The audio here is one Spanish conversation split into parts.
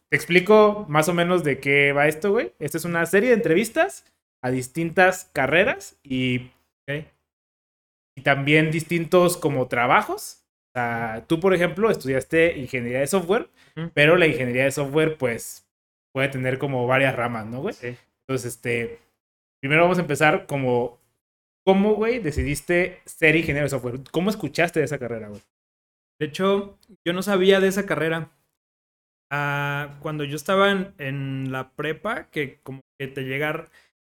te explico más o menos de qué va esto, güey. Esta es una serie de entrevistas a distintas carreras Ok. y también distintos como trabajos. O sea, tú, por ejemplo, estudiaste ingeniería de software, Ujú. pero la ingeniería de software, pues, puede tener como varias ramas, ¿no, güey? Sí. Entonces, primero vamos a empezar como, ¿cómo, güey, decidiste ser ingeniero de software? ¿Cómo escuchaste de esa carrera, güey? De hecho, yo no sabía de esa carrera. Cuando yo estaba en la prepa, que como que te llega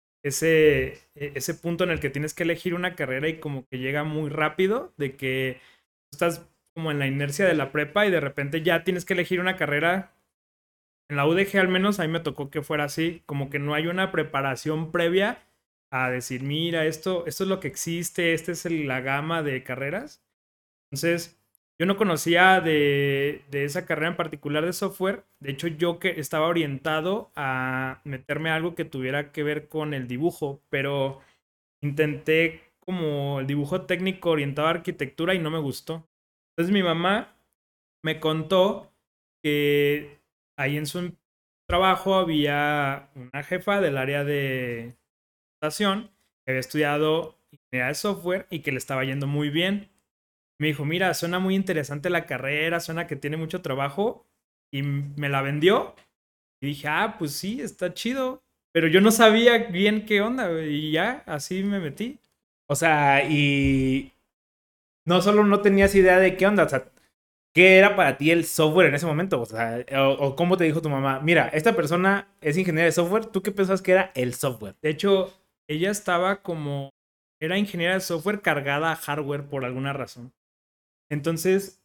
ese punto en el que tienes que elegir una carrera y como que llega muy rápido, de que estás como en la inercia de la prepa y de repente ya tienes que elegir una carrera. En la UDG al menos a mí me tocó que fuera así, como que no hay una preparación previa a decir, mira, esto es lo que existe, esta es la gama de carreras. Entonces, yo no conocía de esa carrera en particular de software. De hecho, yo que estaba orientado a meterme a algo que tuviera que ver con el dibujo, pero intenté como el dibujo técnico orientado a arquitectura y no me gustó. Entonces mi mamá me contó que ahí en su trabajo había una jefa del área de computación que había estudiado ingeniería de software y que le estaba yendo muy bien. Me dijo, mira, suena muy interesante la carrera, suena que tiene mucho trabajo y me la vendió. Y dije, pues sí, está chido. Pero yo no sabía bien qué onda, güey, y ya, así me metí. O sea, y no solo no tenías idea de qué onda, o sea, ¿qué era para ti el software en ese momento? O sea, o cómo te dijo tu mamá, mira, esta persona es ingeniera de software, ¿tú qué pensabas que era el software? De hecho, ella estaba como, era ingeniera de software cargada a hardware por alguna razón. Entonces,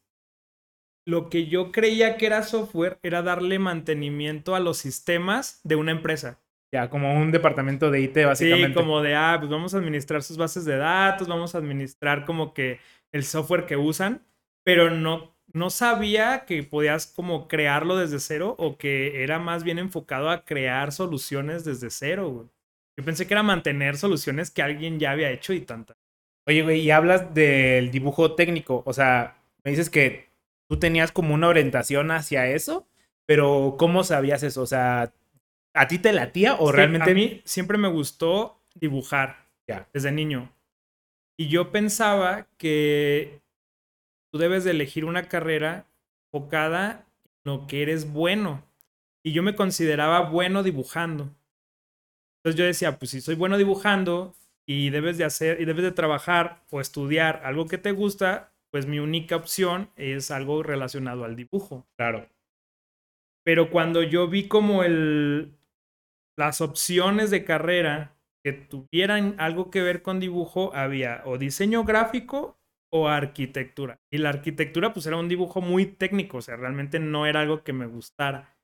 lo que yo creía que era software era darle mantenimiento a los sistemas de una empresa. Ya, como un departamento de IT, Sí, básicamente. como de, pues vamos a administrar sus bases de datos, vamos a administrar como que el software que usan, pero no sabía que podías como crearlo desde cero o que era más bien enfocado a crear soluciones desde cero, güey. Yo pensé que era mantener soluciones que alguien ya había hecho y tanta. Oye, güey, y hablas del dibujo técnico, o sea, me dices que tú tenías como una orientación hacia eso, pero ¿cómo sabías eso? O sea, ¿a ti te latía o Es que a realmente mí siempre me gustó dibujar ya? desde niño. Y yo pensaba que tú debes de elegir una carrera enfocada en lo que eres bueno. Y yo me consideraba bueno dibujando. Entonces yo decía, pues si soy bueno dibujando y debes de hacer y debes de trabajar o estudiar algo que te gusta, pues mi única opción es algo relacionado al dibujo. Claro. Pero cuando yo vi como las opciones de carrera que tuvieran algo que ver con dibujo, había o diseño gráfico o arquitectura. Y la arquitectura pues era un dibujo muy técnico, o sea, realmente no era algo que me gustara.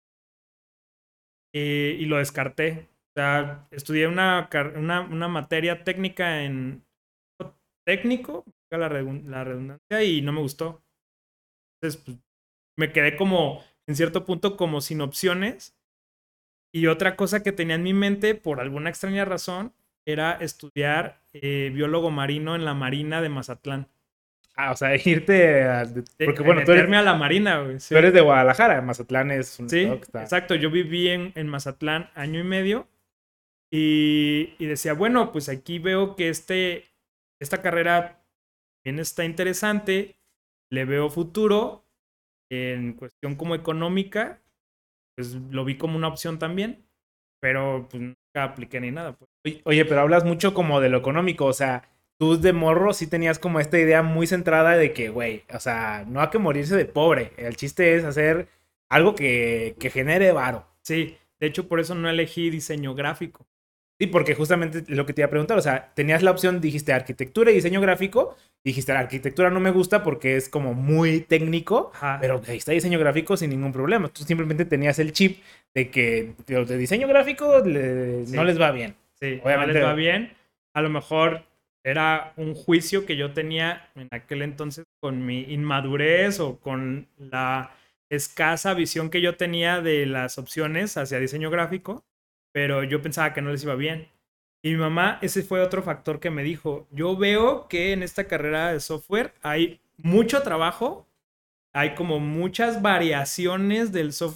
Y lo descarté. O sea, estudié una materia técnica en técnico, la redundancia, y no me gustó. Entonces, pues, me quedé como, en cierto punto, como sin opciones. Y otra cosa que tenía en mi mente, por alguna extraña razón, era estudiar biólogo marino en la Marina de Mazatlán. Ah, o sea, irte porque bueno, Meterme a la Marina, güey, tú eres sí. de Guadalajara, Mazatlán es un estado Sí, que está... exacto. Yo viví en Mazatlán año y medio y decía, bueno, pues aquí veo que esta carrera bien está interesante, le veo futuro en cuestión como económica, pues lo vi como una opción también, pero pues nunca apliqué ni nada. Pues. Oye, pero hablas mucho como de lo económico, o sea, tú de morro sí tenías como esta idea muy centrada de que, güey, o sea, no hay que morirse de pobre, el chiste es hacer algo que genere varo. Sí, de hecho por eso no elegí diseño gráfico. Sí, porque justamente lo que te iba a preguntar, o sea, tenías la opción, dijiste arquitectura y diseño gráfico, dijiste la arquitectura no me gusta porque es como muy técnico, Ajá, pero ahí está diseño gráfico sin ningún problema. Tú simplemente tenías el chip de que los de diseño gráfico no sí, les va bien. sí, no les va Obviamente, bien. A lo mejor era un juicio que yo tenía en aquel entonces con mi inmadurez o con la escasa visión que yo tenía de las opciones hacia diseño gráfico, pero yo pensaba que no les iba bien. Y mi mamá, ese fue otro factor que me dijo, yo veo que en esta carrera de software hay mucho trabajo, hay como muchas variaciones del software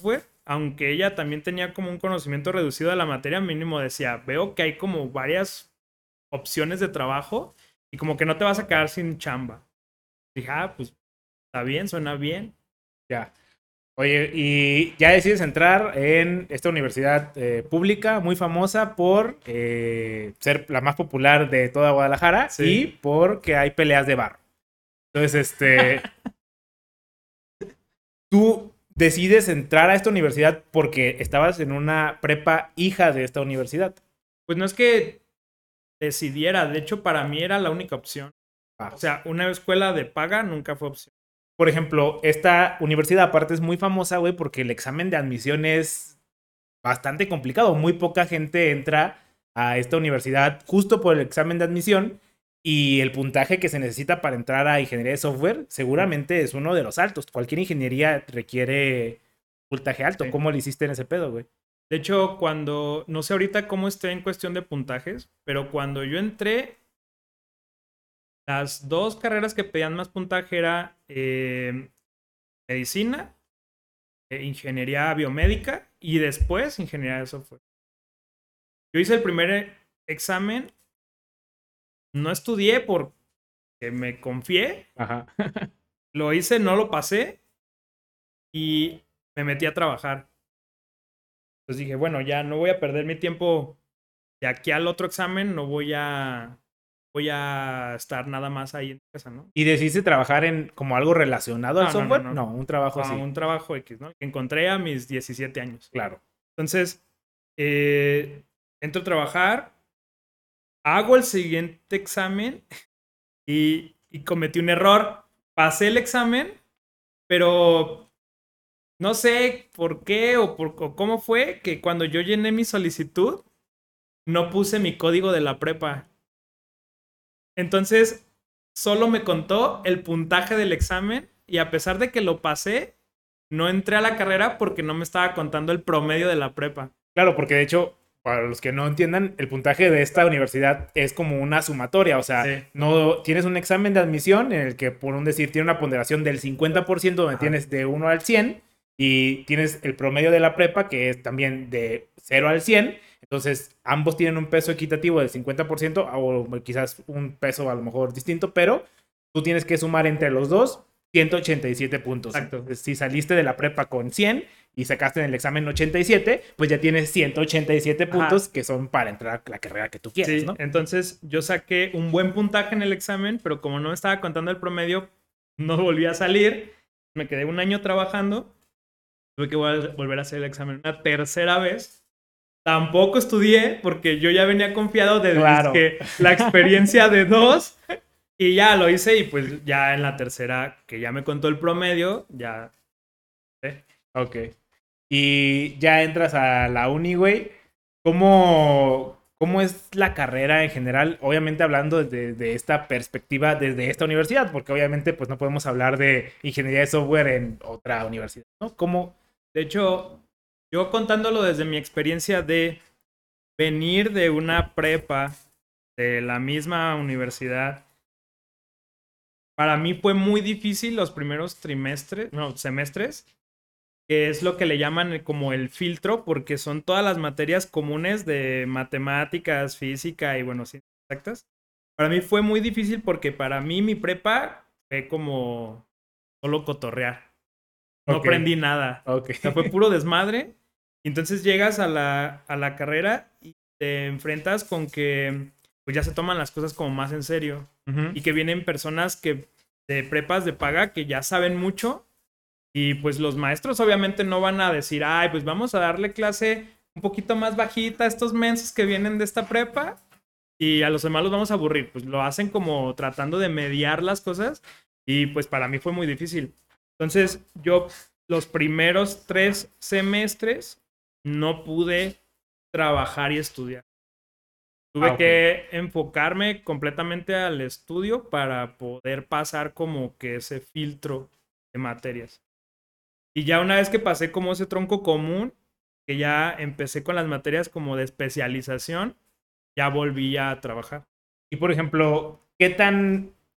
aunque ella también tenía como un conocimiento reducido de la materia, mínimo decía, veo que hay como varias opciones de trabajo y como que no te vas a quedar sin chamba. Dije, pues está bien, suena bien. Ya. Oye, y ya decides entrar en esta universidad pública muy famosa por ser la más popular de toda Guadalajara y Sí. porque hay peleas de barro. Entonces, tú decides entrar a esta universidad porque estabas en una prepa hija de esta universidad. Pues no es que decidiera, de hecho para mí era la única opción. Ah. O sea, una escuela de paga nunca fue opción. Por ejemplo, esta universidad aparte es muy famosa, güey, porque el examen de admisión es bastante complicado. Muy poca gente entra a esta universidad justo por el examen de admisión y el puntaje que se necesita para entrar a ingeniería de software seguramente es uno de los altos. Cualquier ingeniería requiere puntaje alto. Sí. ¿Cómo le hiciste en ese pedo, güey? De hecho, no sé ahorita cómo esté en cuestión de puntajes, pero cuando yo entré, las dos carreras que pedían más puntaje era medicina, ingeniería biomédica y después ingeniería de software. Yo hice el primer examen, no estudié porque me confié, Ajá. lo hice, no lo pasé y me metí a trabajar. Entonces dije, bueno, ya no voy a perder mi tiempo de aquí al otro examen, no voy a estar nada más ahí en casa, ¿no? ¿Y decidiste trabajar en como algo relacionado al No. software? No, un trabajo así. Un trabajo X, ¿no? Que encontré a mis 17 años. Claro. Entonces, entro a trabajar, hago el siguiente examen y cometí un error. Pasé el examen, pero no sé por qué o cómo fue que cuando yo llené mi solicitud, no puse mi código de la prepa. Entonces, solo me contó el puntaje del examen y a pesar de que lo pasé, no entré a la carrera porque no me estaba contando el promedio de la prepa. Claro, porque de hecho, para los que no entiendan, el puntaje de esta universidad es como una sumatoria. O sea, Sí. no tienes un examen de admisión en el que, por un decir, tiene una ponderación del 50% donde Ajá. tienes de 1 al 100 y tienes el promedio de la prepa que es también de 0 al 100. Entonces, ambos tienen un peso equitativo del 50% o quizás un peso a lo mejor distinto, pero tú tienes que sumar entre los dos 187 puntos. Exacto. Entonces, si saliste de la prepa con 100 y sacaste en el examen 87, pues ya tienes 187 puntos que son para entrar a la carrera que tú quieres, Sí, ¿no? entonces yo saqué un buen puntaje en el examen, pero como no me estaba contando el promedio, no volví a salir. Me quedé un año trabajando. Tuve que volver a hacer el examen una tercera vez. Tampoco estudié porque yo ya venía confiado de Claro. que la experiencia de dos y ya lo hice y pues ya en la tercera que ya me contó el promedio, ya. Ok. Y ya entras a la uni, güey. ¿Cómo es la carrera en general? Obviamente hablando de esta perspectiva desde esta universidad, porque obviamente pues no podemos hablar de ingeniería de software en otra universidad, ¿no? ¿Cómo? De hecho, yo contándolo desde mi experiencia de venir de una prepa de la misma universidad, para mí fue muy difícil los primeros semestres, que es lo que le llaman como el filtro, porque son todas las materias comunes de matemáticas, física y bueno, ciencias exactas. Para mí fue muy difícil porque para mí mi prepa fue como solo cotorrear. No Ok. aprendí nada. Ok. O sea, fue puro desmadre. Y entonces llegas a la carrera y te enfrentas con que pues ya se toman las cosas como más en serio. Ujú. Y que vienen personas que de prepas de paga que ya saben mucho. Y pues los maestros obviamente no van a decir, ay, pues vamos a darle clase un poquito más bajita a estos mensos que vienen de esta prepa y a los demás los vamos a aburrir. Pues lo hacen como tratando de mediar las cosas y pues para mí fue muy difícil. Entonces yo los primeros 3 semestres no pude trabajar y estudiar. Tuve Ok. que enfocarme completamente al estudio para poder pasar como que ese filtro de materias. Y ya una vez que pasé como ese tronco común, que ya empecé con las materias como de especialización, ya volví a trabajar. Y por ejemplo, ¿qué tan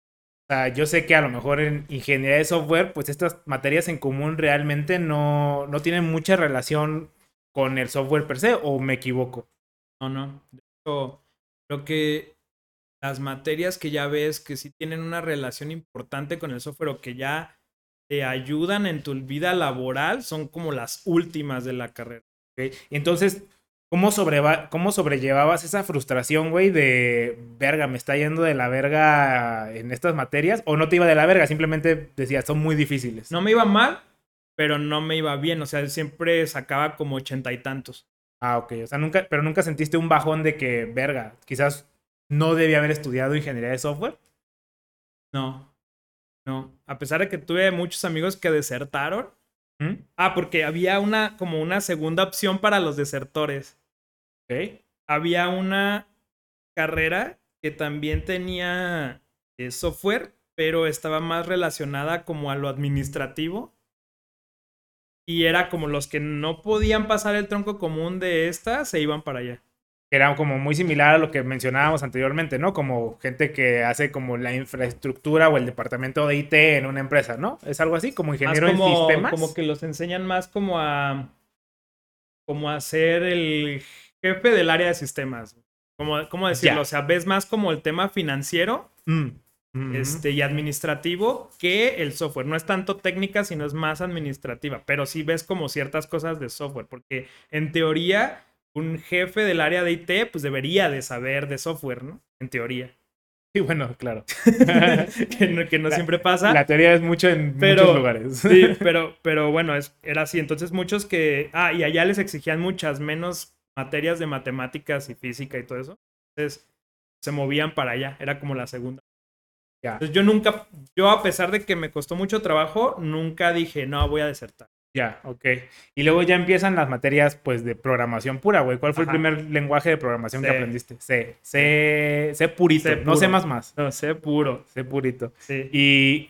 O sea, yo sé que a lo mejor en ingeniería de software, pues estas materias en común realmente no tienen mucha relación con el software per se, ¿o me equivoco? No, no. De hecho, creo que las materias que ya ves que sí tienen una relación importante con el software o que ya te ayudan en tu vida laboral son como las últimas de la carrera. ¿Ok? Entonces, ¿cómo sobrellevabas esa frustración, güey, de verga, me está yendo de la verga en estas materias? ¿O no te iba de la verga? Simplemente decías, son muy difíciles. No me iba mal, pero no me iba bien. O sea, siempre sacaba como 80 y tantos. Ah, ok. O sea, nunca sentiste un bajón de que, verga, quizás no debía haber estudiado ingeniería de software. No, no. A pesar de que tuve muchos amigos que desertaron. ¿Mm? Porque había como una segunda opción para los desertores. Ok. Había una carrera que también tenía software, pero estaba más relacionada como a lo administrativo. Y era como los que no podían pasar el tronco común de esta, se iban para allá. Era como muy similar a lo que mencionábamos anteriormente, ¿no? Como gente que hace como la infraestructura o el departamento de IT en una empresa, ¿no? Es algo así, como Más ingeniero en sistemas. como que los enseñan más como a ser el jefe del área de sistemas. ¿Cómo decirlo? Ya. O sea, ves más como el tema financiero Mm. Mm. y administrativo que el software. No es tanto técnica, sino es más administrativa. Pero sí ves como ciertas cosas de software, porque en teoría un jefe del área de IT pues debería de saber de software, ¿no? En teoría. Sí, bueno, claro. Que no La, siempre la pasa. teoría es mucho en muchos Pero, lugares. sí, pero bueno, era así. Entonces muchos que... y allá les exigían muchas menos materias de matemáticas y física y todo eso. Entonces se movían para allá. Era como la segunda. Ya, Entonces yo a pesar de que me costó mucho trabajo, nunca dije, no, voy a desertar. ya, ok. Y luego ya empiezan las materias, pues, de programación pura, güey. ¿Cuál fue el Ajá. primer lenguaje de programación que C, aprendiste? C. C, C purito, C no C++. puro. No, C puro. C purito. Sí. ¿Y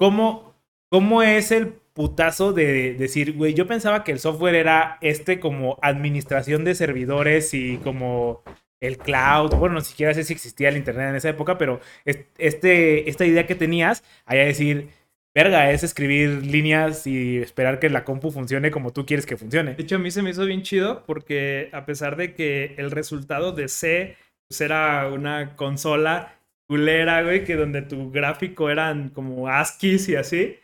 cómo es el putazo de decir, güey, yo pensaba que el software era como administración de servidores y como el cloud? Bueno, ni siquiera sé si existía el internet en esa época, pero esta idea que tenías, allá decir, verga, es escribir líneas y esperar que la compu funcione como tú quieres que funcione. De hecho, a mí se me hizo bien chido porque a pesar de que el resultado de C pues era una consola culera, güey, que donde tu gráfico eran como ASCIIs y así,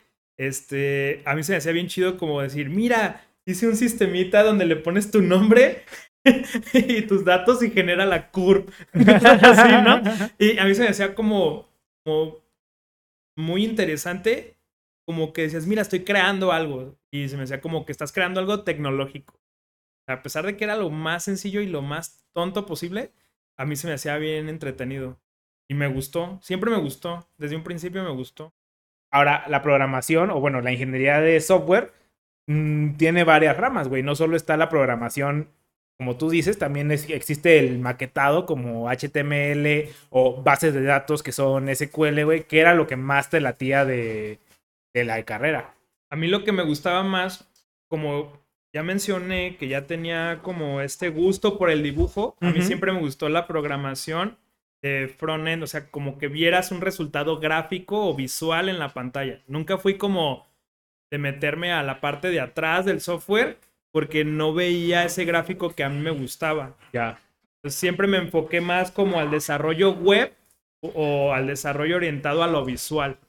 a mí se me hacía bien chido como decir, mira, hice un sistemita donde le pones tu nombre y tus datos y genera la curve. Así, ¿no? Y a mí se me hacía como muy interesante, como que decías, mira, estoy creando algo. Y se me hacía como que estás creando algo tecnológico. A pesar de que era lo más sencillo y lo más tonto posible, a mí se me hacía bien entretenido. Y me gustó, siempre me gustó, desde un principio me gustó. Ahora, la programación, o bueno, la ingeniería de software, tiene varias ramas, güey. No solo está la programación, como tú dices, también existe el maquetado como HTML o bases de datos que son SQL, güey, que era lo que más te latía de la carrera. A mí lo que me gustaba más, como ya mencioné, que ya tenía como este gusto por el dibujo, a mí siempre me gustó la programación de frontend, o sea, como que vieras un resultado gráfico o visual en la pantalla. Nunca fui como de meterme a la parte de atrás del software porque no veía ese gráfico que a mí me gustaba. Ya. Entonces, siempre me enfoqué más como al desarrollo web o al desarrollo orientado a lo visual.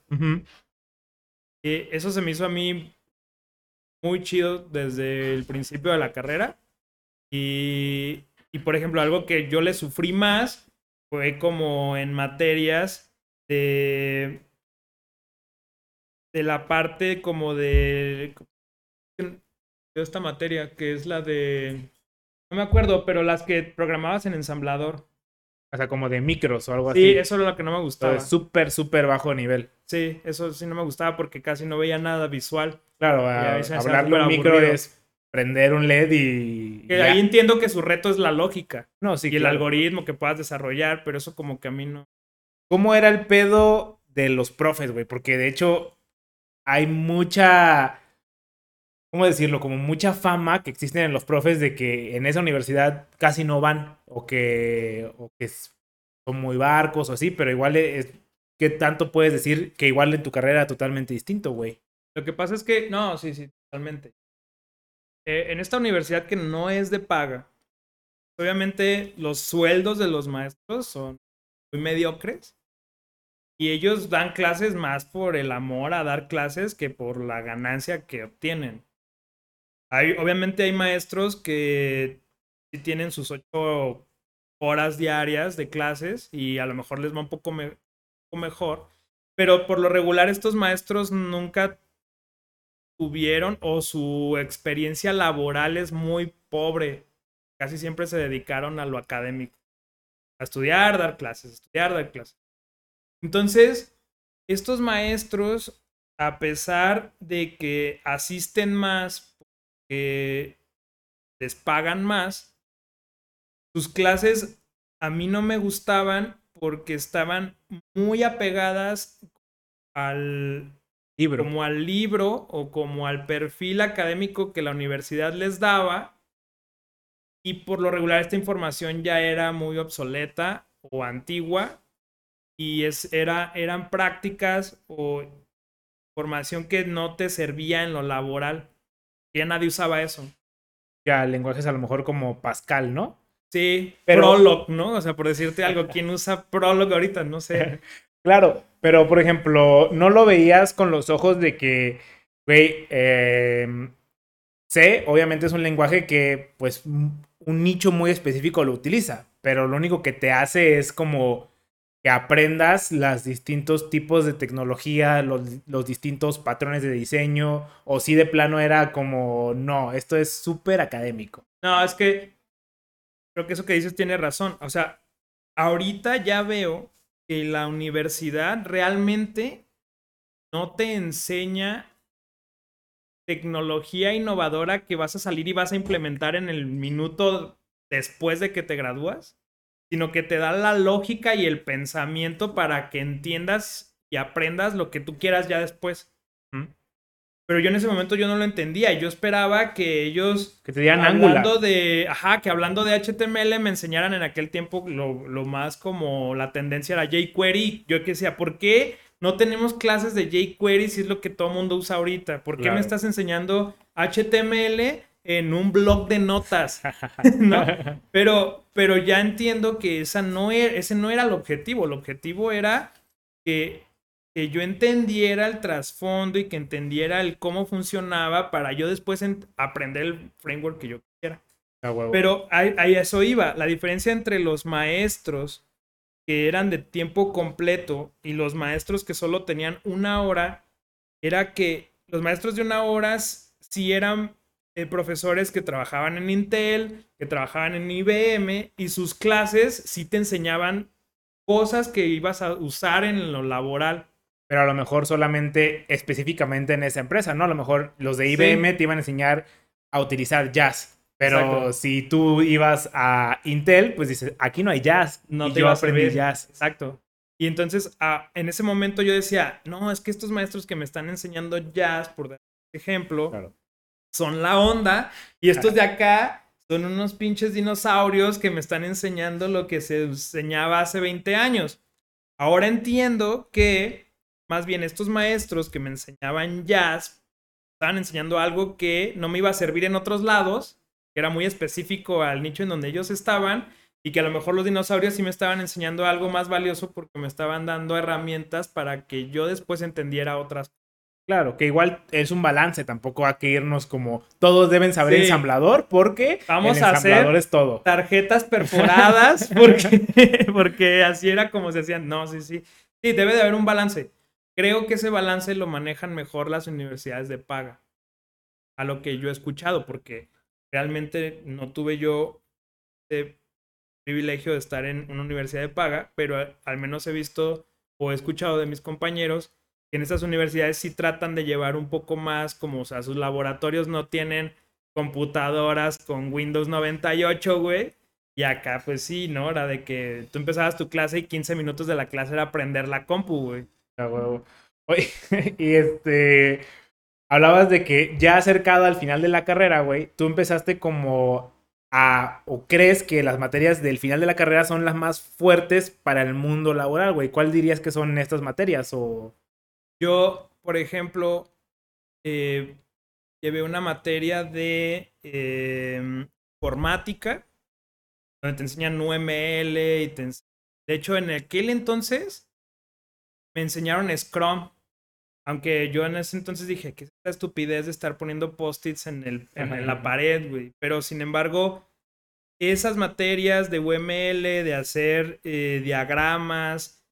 Y eso se me hizo a mí muy chido desde el principio de la carrera. Por ejemplo, algo que yo le sufrí más fue como en materias de, de la parte como de esta materia, que es la de... No me acuerdo, pero las que programabas en ensamblador. O sea, como de micros o algo Sí, así. eso era lo que no me Entonces, gustaba. súper, súper bajo nivel. Sí, eso sí no me gustaba porque casi no veía nada visual. Claro, Y a mí se me hacía hablarle súper un micro aburrido. es prender un LED y Que ahí ya. entiendo que su reto es la lógica No, sí, y el claro. algoritmo que puedas desarrollar, pero eso como que a mí no. ¿Cómo era el pedo de los profes, güey? Porque de hecho hay mucha, ¿cómo decirlo? Como mucha fama que existen en los profes de que en esa universidad casi no van o que son muy barcos o así, pero igual ¿qué tanto puedes decir que igual en tu carrera era totalmente distinto, güey? Lo que pasa es que, no, sí, sí, totalmente. En esta universidad que no es de paga, obviamente los sueldos de los maestros son muy mediocres y ellos dan clases más por el amor a dar clases que por la ganancia que obtienen. Obviamente hay maestros que sí tienen sus 8 horas diarias de clases y a lo mejor les va un poco mejor, pero por lo regular estos maestros nunca tuvieron o su experiencia laboral es muy pobre. Casi siempre se dedicaron a lo académico, a estudiar, dar clases, estudiar, dar clases. Entonces, estos maestros, a pesar de que asisten más, porque les pagan más, sus clases a mí no me gustaban porque estaban muy apegadas al Libro. como al libro o como al perfil académico que la universidad les daba, y por lo regular esta información ya era muy obsoleta o antigua y eran prácticas o información que no te servía en lo laboral. Ya nadie usaba eso. Ya, lenguajes a lo mejor como Pascal, ¿no? Sí, Pero, Prolog, ¿no? O sea, por decirte algo, ¿quién usa Prolog ahorita? No sé. claro, pero por ejemplo, no lo veías con los ojos de que, güey, C, obviamente es un lenguaje que, pues, un nicho muy específico lo utiliza, pero lo único que te hace es como que aprendas los distintos tipos de tecnología, los distintos patrones de diseño, o si de plano era como, no, esto es súper académico. No, es que creo que eso que dices tiene razón. O sea, ahorita ya veo que la universidad realmente no te enseña tecnología innovadora que vas a salir y vas a implementar en el minuto después de que te gradúas, sino que te da la lógica y el pensamiento para que entiendas y aprendas lo que tú quieras ya después. ¿Mm? Pero yo en ese momento yo no lo entendía. Yo esperaba que ellos, Que te dieran hablando Angular. de, ajá, que hablando de HTML me enseñaran en aquel tiempo lo más como la tendencia era jQuery. Yo que decía, ¿por qué no tenemos clases de jQuery si es lo que todo el mundo usa ahorita? ¿Por qué me Claro. estás enseñando HTML en un blog de notas? ¿No? Pero ya entiendo que ese no era el objetivo. El objetivo era que yo entendiera el trasfondo y que entendiera el cómo funcionaba para yo después aprender el framework que yo quisiera. A huevo. Pero ahí eso iba. La diferencia entre los maestros que eran de tiempo completo y los maestros que solo tenían 1 hora era que los maestros de 1 hora sí eran profesores que trabajaban en Intel, que trabajaban en IBM y sus clases sí te enseñaban cosas que ibas a usar en lo laboral. Pero a lo mejor solamente específicamente en esa empresa, ¿no? A lo mejor los de IBM Sí, te iban a enseñar a utilizar jazz. Pero exacto. si tú ibas a Intel, pues dices, aquí no hay jazz. No Y te yo iba a aprendí servir. jazz. Exacto. Y entonces, en ese momento yo decía, no, es que estos maestros que me están enseñando jazz, por dar ejemplo, Claro. son la onda. Y estos de acá son unos pinches dinosaurios que me están enseñando lo que se enseñaba hace 20 años. Ahora entiendo que más bien estos maestros que me enseñaban jazz estaban enseñando algo que no me iba a servir en otros lados, que era muy específico al nicho en donde ellos estaban, y que a lo mejor los dinosaurios sí me estaban enseñando algo más valioso porque me estaban dando herramientas para que yo después entendiera otras cosas. Claro, que igual es un balance, tampoco hay que irnos como todos deben saber Sí, ensamblador porque el vamos a ensamblador hacer es todo. tarjetas perforadas porque así era como se hacían. No, sí, sí. Sí, debe de haber un balance. Creo que ese balance lo manejan mejor las universidades de paga, a lo que yo he escuchado, porque realmente no tuve yo el privilegio de estar en una universidad de paga, pero al menos he visto o he escuchado de mis compañeros que en estas universidades sí tratan de llevar un poco más, como, o sea, sus laboratorios no tienen computadoras con Windows 98, güey. Y acá, pues sí, ¿no? Era de que tú empezabas tu clase y 15 minutos de la clase era aprender la compu, güey. A huevo. Oye, y hablabas de que ya acercado al final de la carrera, güey, tú empezaste como o crees que las materias del final de la carrera son las más fuertes para el mundo laboral, güey? ¿Cuál dirías que son estas materias? O... Yo, por ejemplo, eh, llevé una materia de informática, donde te enseñan UML y de hecho, en aquel entonces me enseñaron Scrum. Aunque yo en ese entonces dije, ¿qué es esta estupidez de estar poniendo post-its en la pared, güey? Pero sin embargo, esas materias de UML, de hacer diagramas,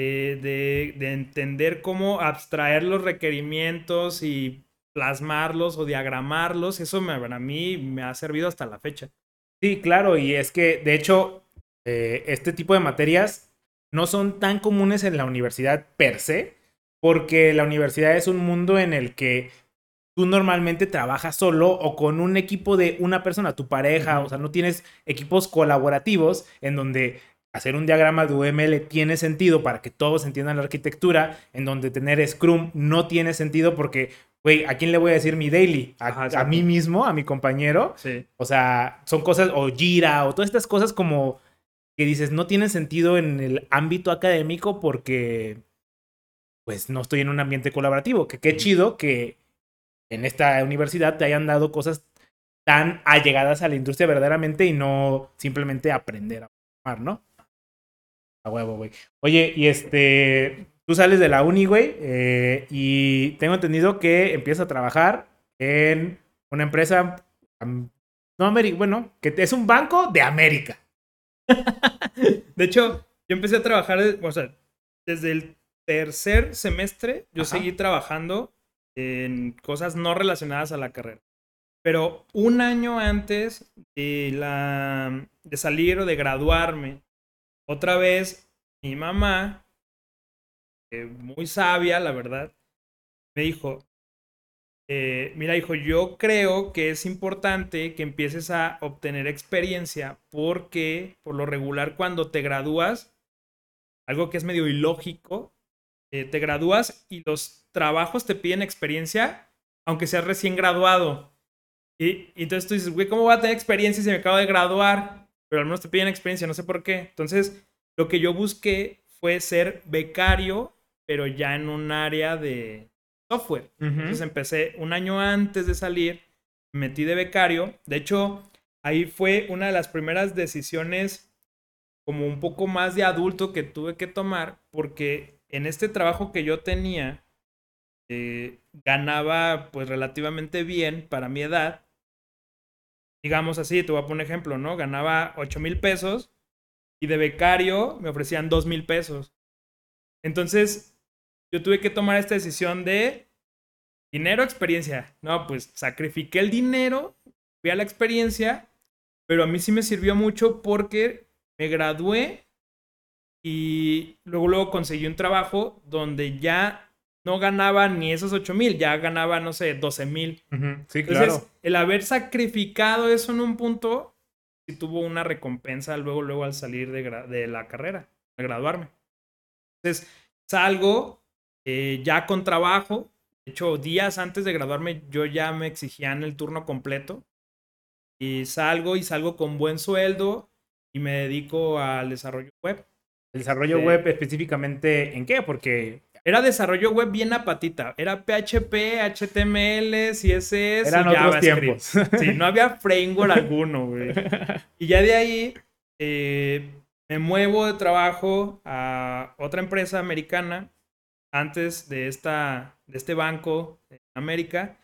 de entender cómo abstraer los requerimientos y plasmarlos o diagramarlos, eso a mí me ha servido hasta la fecha. Sí, claro, y es que de hecho este tipo de materias no son tan comunes en la universidad per se, porque la universidad es un mundo en el que tú normalmente trabajas solo o con un equipo de una persona, tu pareja, o sea, no tienes equipos colaborativos en donde hacer un diagrama de UML tiene sentido para que todos entiendan la arquitectura, en donde tener Scrum no tiene sentido porque, güey, ¿a quién le voy a decir mi daily? A mí mismo, a mi compañero. Sí. O sea, son cosas, o Jira, o todas estas cosas como que dices, no tienen sentido en el ámbito académico porque, pues, no estoy en un ambiente colaborativo. Que qué chido que en esta universidad te hayan dado cosas tan allegadas a la industria verdaderamente y no simplemente aprender a programar, ¿no? A huevo, güey. Oye, y tú sales de la uni, güey, y tengo entendido que empiezas a trabajar en una empresa, no América, bueno, que es un banco de América. De hecho, yo empecé a trabajar, o sea, desde el tercer semestre, yo seguí trabajando en cosas no relacionadas a la carrera. Pero un año antes de salir o de graduarme, otra vez mi mamá, muy sabia, la verdad, me dijo, mira, hijo, yo creo que es importante que empieces a obtener experiencia porque por lo regular cuando te gradúas, algo que es medio ilógico, te gradúas y los trabajos te piden experiencia, aunque seas recién graduado. Y entonces tú dices, güey, ¿cómo voy a tener experiencia si me acabo de graduar? Pero al menos te piden experiencia, no sé por qué. Entonces, lo que yo busqué fue ser becario, pero ya en un área de software. Entonces empecé un año antes de salir, me metí de becario. De hecho, ahí fue una de las primeras decisiones como un poco más de adulto que tuve que tomar, porque en este trabajo que yo tenía, ganaba pues relativamente bien para mi edad. Digamos así, te voy a poner un ejemplo, ¿no? Ganaba 8,000 pesos y de becario me ofrecían 2,000 pesos. Entonces, yo tuve que tomar esta decisión de dinero o experiencia. No, pues sacrifiqué el dinero, fui a la experiencia, pero a mí sí me sirvió mucho porque me gradué y luego conseguí un trabajo donde ya no ganaba ni esos 8,000, ya ganaba, no sé, 12,000. Sí, Entonces, claro. el haber sacrificado eso en un punto, sí tuvo una recompensa luego al salir de la carrera, de graduarme. Entonces, salgo ya con trabajo. De hecho, días antes de graduarme, yo ya me exigían el turno completo. Y salgo con buen sueldo y me dedico al desarrollo web. El desarrollo web específicamente, ¿en qué? Porque Era desarrollo web bien a patita. Era PHP, HTML, CSS eran y otros JavaScript. tiempos. Sí, no había framework alguno, güey. Y ya de ahí me muevo de trabajo a otra empresa americana antes de este banco en América.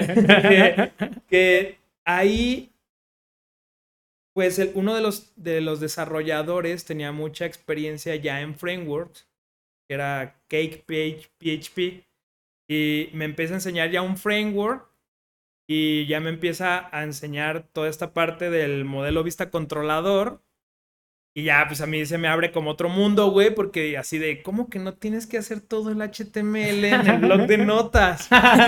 que ahí, pues uno de los desarrolladores tenía mucha experiencia ya en frameworks, que era Cake PHP, y me empieza a enseñar ya un framework y ya me empieza a enseñar toda esta parte del modelo vista controlador. Y ya, pues a mí se me abre como otro mundo, güey, porque así de, ¿cómo que no tienes que hacer todo el HTML en el blog de notas?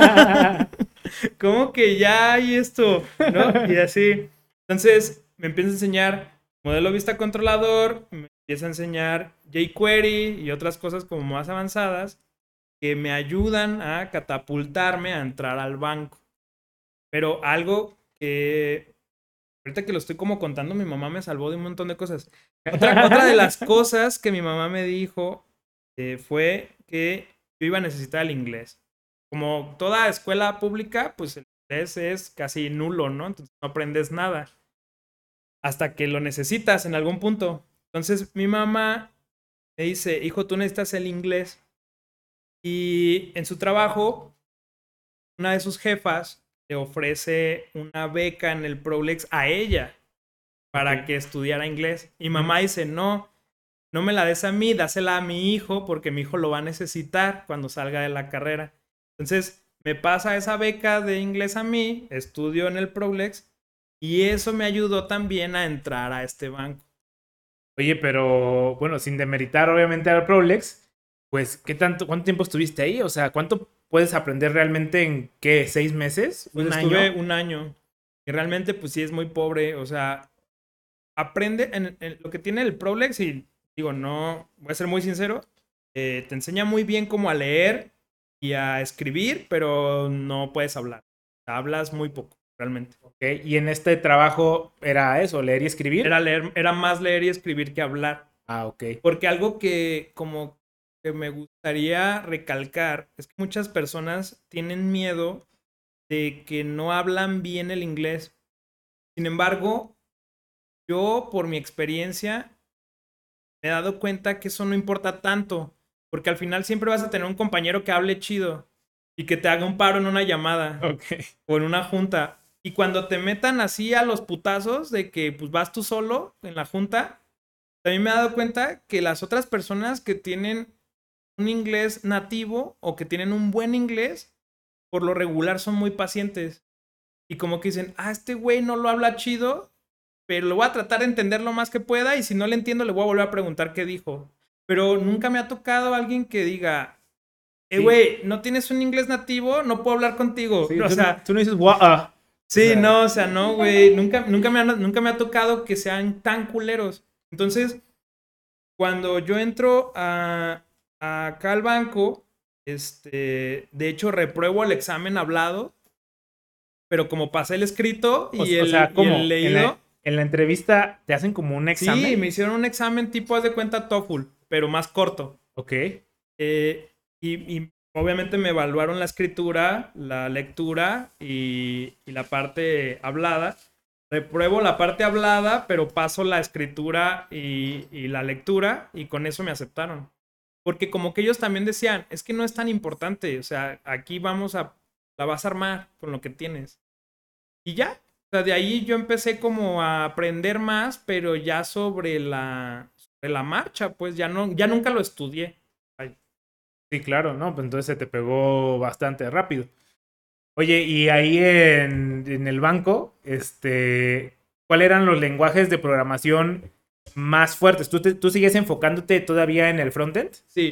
¿Cómo que ya hay esto? ¿No? Y así. Entonces, me empieza a enseñar modelo vista controlador, me empieza a enseñar jQuery y otras cosas como más avanzadas que me ayudan a catapultarme a entrar al banco. Pero algo que ahorita que lo estoy como contando, mi mamá me salvó de un montón de cosas. Otra de las cosas que mi mamá me dijo fue que yo iba a necesitar el inglés. Como toda escuela pública, pues el inglés es casi nulo, ¿no? Entonces no aprendes nada hasta que lo necesitas en algún punto. Entonces mi mamá me dice, hijo, tú necesitas el inglés. Y en su trabajo, una de sus jefas le ofrece una beca en el Prolex a ella para que estudiara inglés. Y mamá dice, no, no me la des a mí, dásela a mi hijo porque mi hijo lo va a necesitar cuando salga de la carrera. Entonces me pasa esa beca de inglés a mí, estudio en el Prolex y eso me ayudó también a entrar a este banco. Oye, pero bueno, sin demeritar obviamente al Prolex, pues, ¿cuánto tiempo estuviste ahí? O sea, ¿cuánto puedes aprender realmente en qué, 6 meses? Pues ¿Un estuve año? un año y realmente pues sí es muy pobre, o sea, aprende en lo que tiene el Prolex y digo, no, voy a ser muy sincero, te enseña muy bien cómo a leer y a escribir, pero no puedes hablar. Hablas muy poco, realmente. Ok, y en este trabajo era eso, leer y escribir. Era más leer y escribir que hablar. Ah, ok. Porque algo que como que me gustaría recalcar es que muchas personas tienen miedo de que no hablan bien el inglés. Sin embargo, yo por mi experiencia me he dado cuenta que eso no importa tanto, porque al final siempre vas a tener un compañero que hable chido y que te haga un paro en una llamada Ok. o en una junta. Y cuando te metan así a los putazos de que pues vas tú solo en la junta, también me he dado cuenta que las otras personas que tienen un inglés nativo o que tienen un buen inglés, por lo regular son muy pacientes. Y como que dicen, este güey no lo habla chido, pero lo voy a tratar de entender lo más que pueda y si no le entiendo le voy a volver a preguntar qué dijo. Pero nunca me ha tocado alguien que diga, Sí, güey, no tienes un inglés nativo, no puedo hablar contigo. sí, O sea, tú no dices "Wah", o sí, sea, no, o sea, no, güey. Nunca me ha tocado que sean tan culeros. Entonces, cuando yo entro acá al banco, de hecho repruebo el examen hablado, pero como pasé el escrito o, y o sea, y el ¿cómo? leído, En la entrevista te hacen como un sí, examen. me hicieron un examen tipo, haz de cuenta, TOEFL, pero más corto. Ok. Y obviamente me evaluaron la escritura, la lectura y la parte hablada. Repruebo la parte hablada, pero paso la escritura y la lectura y con eso me aceptaron. Porque como que ellos también decían, es que no es tan importante, o sea, aquí la vas a armar con lo que tienes. Y ya, o sea, de ahí yo empecé como a aprender más, pero ya sobre la marcha, pues ya no, ya nunca lo estudié. Ay. Sí, claro, ¿no? Pues entonces se te pegó bastante rápido. Oye, y ahí en el banco, ¿cuáles eran los lenguajes de programación más fuertes? ¿Tú sigues enfocándote todavía en el frontend? Sí,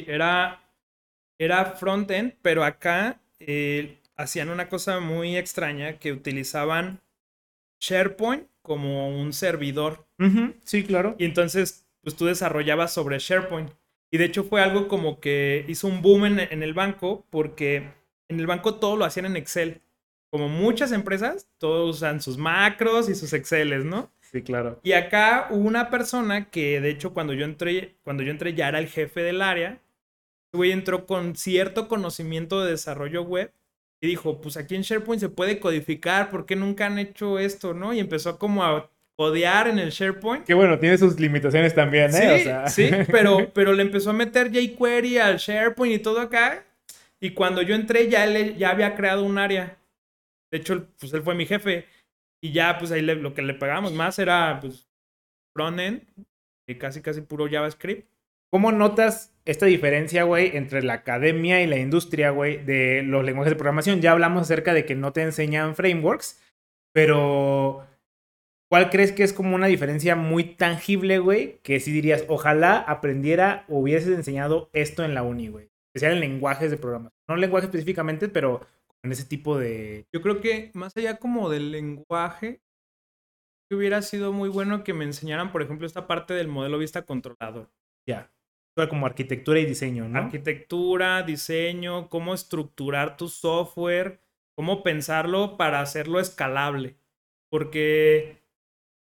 era frontend, pero acá hacían una cosa muy extraña que utilizaban SharePoint como un servidor. Ujú, sí, claro. Y entonces, pues tú desarrollabas sobre SharePoint. Y de hecho fue algo como que hizo un boom en el banco, porque en el banco todo lo hacían en Excel. Como muchas empresas, todos usan sus macros y sus Exceles, ¿no? Sí, claro. Y acá hubo una persona que, de hecho, cuando yo entré ya era el jefe del área. Este güey entró con cierto conocimiento de desarrollo web y dijo, pues aquí en SharePoint se puede codificar, ¿por qué nunca han hecho esto, no? Y empezó como a codear en el SharePoint. Que bueno, tiene sus limitaciones también, ¿eh? O Sí, sea. sí, pero le empezó a meter jQuery al SharePoint y todo acá. Y cuando yo entré ya había creado un área. De hecho, pues él fue mi jefe. Y ya, pues ahí lo que le pagábamos más era, pues, frontend, y casi, casi puro JavaScript. ¿Cómo notas esta diferencia, güey, entre la academia y la industria, güey, de los lenguajes de programación? Ya hablamos acerca de que no te enseñan frameworks, pero ¿cuál crees que es como una diferencia muy tangible, güey? Que sí dirías, ojalá aprendiera o hubieses enseñado esto en la uni, güey. Especial en lenguajes de programación. No lenguaje específicamente, pero en ese tipo de... Yo creo que más allá como del lenguaje, que hubiera sido muy bueno que me enseñaran, por ejemplo, esta parte del modelo vista controlador. Ya. Como arquitectura y diseño, ¿no? Arquitectura, diseño, cómo estructurar tu software, cómo pensarlo para hacerlo escalable. Porque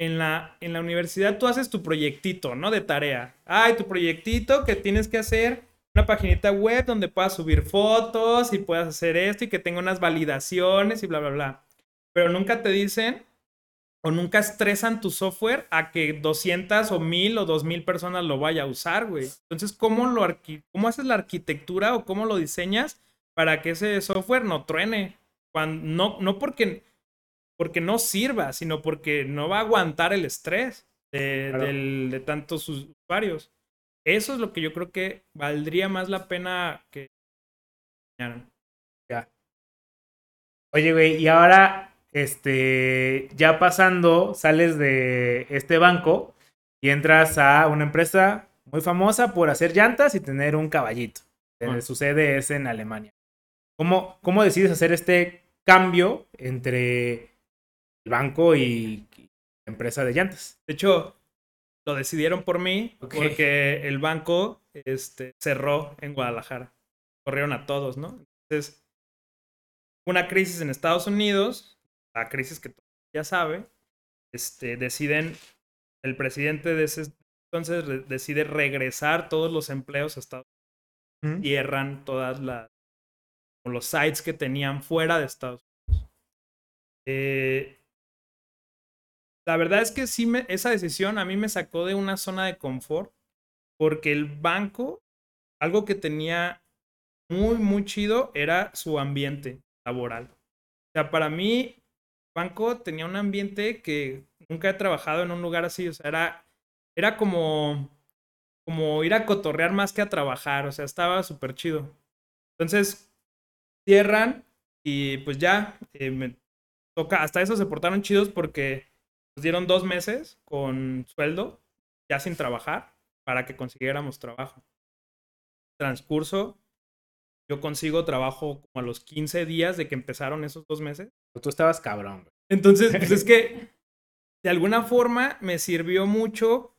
en la universidad tú haces tu proyectito, ¿no? De tarea. Ay, tu proyectito que tienes que hacer una paginita web donde puedas subir fotos y puedas hacer esto y que tenga unas validaciones y bla, bla, bla. Pero nunca te dicen o nunca estresan tu software a que 200 o 1000 o 2000 personas lo vaya a usar, güey. Entonces, ¿cómo haces la arquitectura o cómo lo diseñas para que ese software no truene? No porque no sirva, sino porque no va a aguantar el estrés Claro. de tantos usuarios. Eso es lo que yo creo que valdría más la pena que enseñaran. Ya. Oye, güey, y ahora, ya pasando, sales de este banco y entras a una empresa muy famosa por hacer llantas y tener un caballito. Bueno, Su sede es en Alemania. ¿Cómo decides hacer este cambio entre el banco y la empresa de llantas? de hecho, lo decidieron por mí Ok. porque el banco cerró en Guadalajara. Corrieron a todos, ¿no? Entonces, una crisis en Estados Unidos, la crisis que todo ya sabe, deciden, el presidente de ese entonces decide regresar todos los empleos a Estados Unidos. ¿Mm? Cierran todas los sites que tenían fuera de Estados Unidos. La verdad es que sí, esa decisión a mí me sacó de una zona de confort porque el banco, algo que tenía muy, muy chido era su ambiente laboral. O sea, para mí, el banco tenía un ambiente que nunca he trabajado en un lugar así. O sea, era como ir a cotorrear más que a trabajar. O sea, estaba súper chido. Entonces, cierran y pues ya me toca. Hasta eso se portaron chidos porque nos dieron 2 meses con sueldo, ya sin trabajar, para que consiguiéramos trabajo. Transcurso, yo consigo trabajo como a los 15 días de que empezaron esos 2 meses. Tú estabas cabrón, Entonces, pues es güey. que de alguna forma me sirvió mucho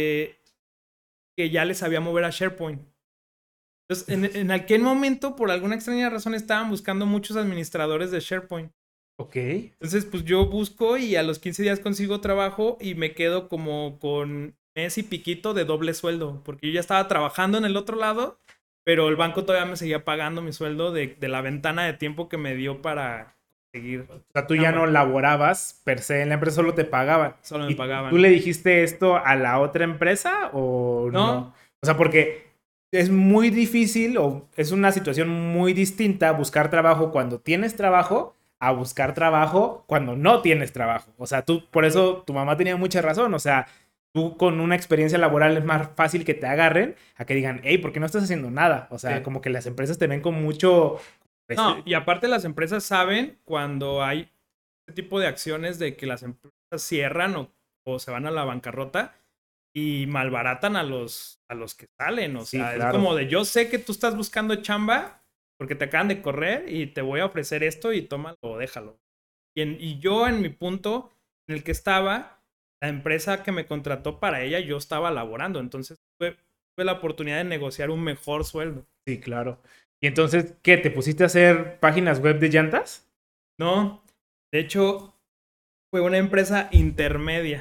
que ya les sabía mover a SharePoint. Entonces, en aquel momento, por alguna extraña razón, estaban buscando muchos administradores de SharePoint. Ok. Entonces, pues yo busco y a los 15 días consigo trabajo y me quedo como con mes y piquito de doble sueldo, porque yo ya estaba trabajando en el otro lado, pero el banco todavía me seguía pagando mi sueldo de la ventana de tiempo que me dio para seguir O sea, tú ya no chamba. laborabas per se en la empresa, solo te pagaban. Solo me ¿Y tú pagaban. le dijiste esto a la otra empresa o no? No, O sea, porque es muy difícil o es una situación muy distinta buscar trabajo cuando tienes trabajo a buscar trabajo cuando no tienes trabajo. O sea, por eso tu mamá tenía mucha razón. O sea, tú con una experiencia laboral es más fácil que te agarren a que digan, hey, ¿por qué no estás haciendo nada? O sea, sí. como que las empresas te ven con mucho... No, y aparte las empresas saben cuando hay este tipo de acciones de que las empresas cierran o se van a la bancarrota y malbaratan a los que salen. O Sí, sea, es claro. como de yo sé que tú estás buscando chamba porque te acaban de correr y te voy a ofrecer esto y tómalo o déjalo. Y yo en mi punto en el que estaba, la empresa que me contrató para ella, yo estaba laborando. Entonces tuve la oportunidad de negociar un mejor sueldo. Sí, claro. Y entonces, ¿qué? ¿Te pusiste a hacer páginas web de llantas? No, de hecho, fue una empresa intermedia.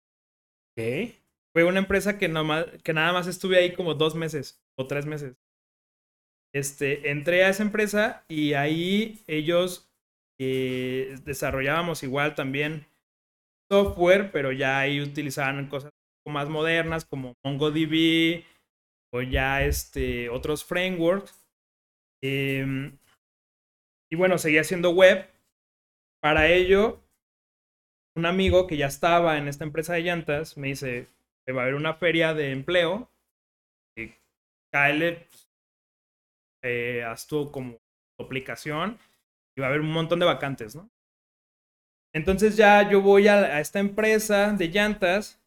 Ok. Fue una empresa que nada más estuve ahí como 2 meses o 3 meses. Entré a esa empresa y ahí ellos desarrollábamos igual también software, pero ya ahí utilizaban cosas un poco más modernas como MongoDB o ya otros frameworks. Em, y bueno, seguía haciendo web. Para ello, un amigo que ya estaba en esta empresa de llantas me dice que va a haber una feria de empleo. Cáele, haz tú como tu aplicación y va a haber un montón de vacantes, ¿no? Entonces ya yo voy a esta empresa de llantas,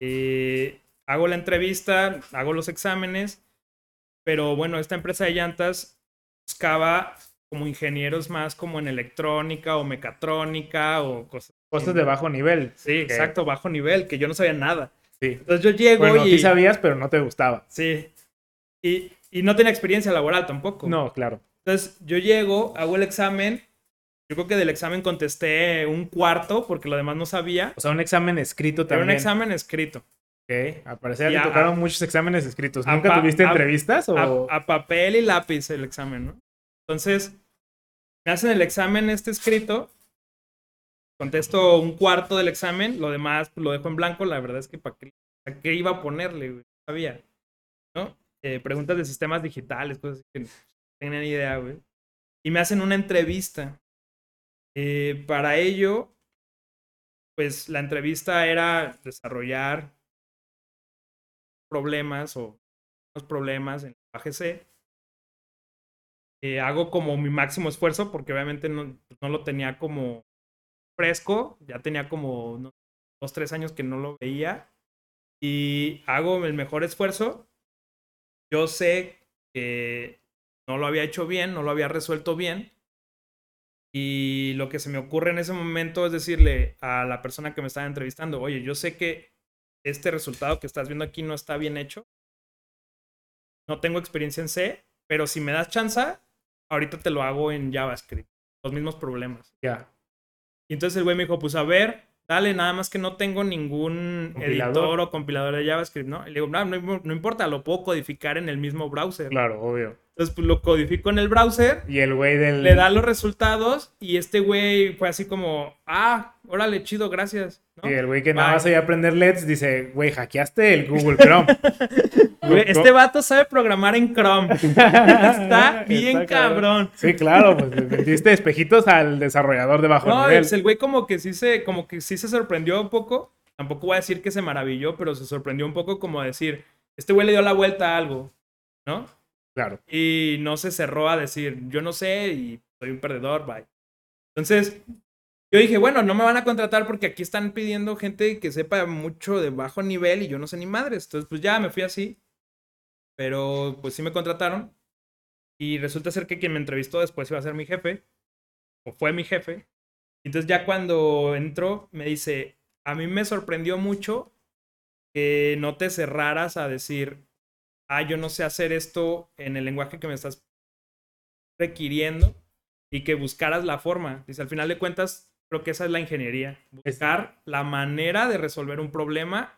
hago la entrevista, hago los exámenes, pero bueno, esta empresa de llantas buscaba como ingenieros más como en electrónica o mecatrónica o cosas así, Cosas de ¿no? bajo nivel. Sí, Que, exacto, bajo nivel, que yo no sabía nada. sí. Entonces yo llego Bueno, sí y, sabías, pero no te gustaba. sí, y no tenía experiencia laboral tampoco. No, claro. Entonces yo llego, hago el examen Yo creo que del examen contesté un cuarto porque lo demás no sabía. O sea, un examen escrito Era también. un examen escrito. Ok, al parecer Y te tocaron muchos exámenes escritos. ¿Nunca tuviste entrevistas o...? a papel y lápiz el examen, ¿no? Entonces, me hacen el examen escrito, contesto un cuarto del examen, lo demás pues, lo dejo en blanco. La verdad es que ¿para qué iba a ponerle, güey? No sabía, ¿no? Preguntas de sistemas digitales, cosas que no tenía ni idea, güey. Y me hacen una entrevista. Para ello, pues la entrevista era desarrollar problemas o unos problemas en lenguaje C. Hago como mi máximo esfuerzo porque obviamente no lo tenía como fresco, ya tenía como unos 2, 3 años que no lo veía y hago el mejor esfuerzo. Yo sé que no lo había hecho bien, no lo había resuelto bien y lo que se me ocurre en ese momento es decirle a la persona que me estaba entrevistando, oye, yo sé que este resultado que estás viendo aquí no está bien hecho, no tengo experiencia en C, pero si me das chance, ahorita te lo hago en JavaScript, los mismos problemas. Ya. Y entonces el güey me dijo, pues a ver, dale, nada más que no tengo ningún editor o compilador de JavaScript, ¿no? Y le digo, no importa, lo puedo codificar en el mismo browser. Claro, obvio. Entonces, pues lo codifico en el browser. Y el güey le da los resultados y este güey fue así como, órale, chido, gracias. ¿no? Y el güey que nada más sabía aprender LEDs dice, güey, hackeaste el Google Chrome. Güey, este vato sabe programar en Chrome. Está bien cabrón. Sí, claro, pues le metiste espejitos al desarrollador de bajo nivel. No, el güey como que sí se sorprendió un poco. Tampoco voy a decir que se maravilló, pero se sorprendió un poco como decir, este güey le dio la vuelta a algo, ¿no? Claro. Y no se cerró a decir, yo no sé y soy un perdedor, bye. Entonces, yo dije, bueno, no me van a contratar porque aquí están pidiendo gente que sepa mucho de bajo nivel y yo no sé ni madres. Entonces, pues ya me fui así. Pero pues sí me contrataron. Y resulta ser que quien me entrevistó después iba a ser mi jefe. O fue mi jefe. Entonces ya cuando entró me dice, a mí me sorprendió mucho que no te cerraras a decir, yo no sé hacer esto en el lenguaje que me estás requiriendo y que buscaras la forma. Dice, al final de cuentas, creo que esa es la ingeniería. Buscar la manera de resolver un problema,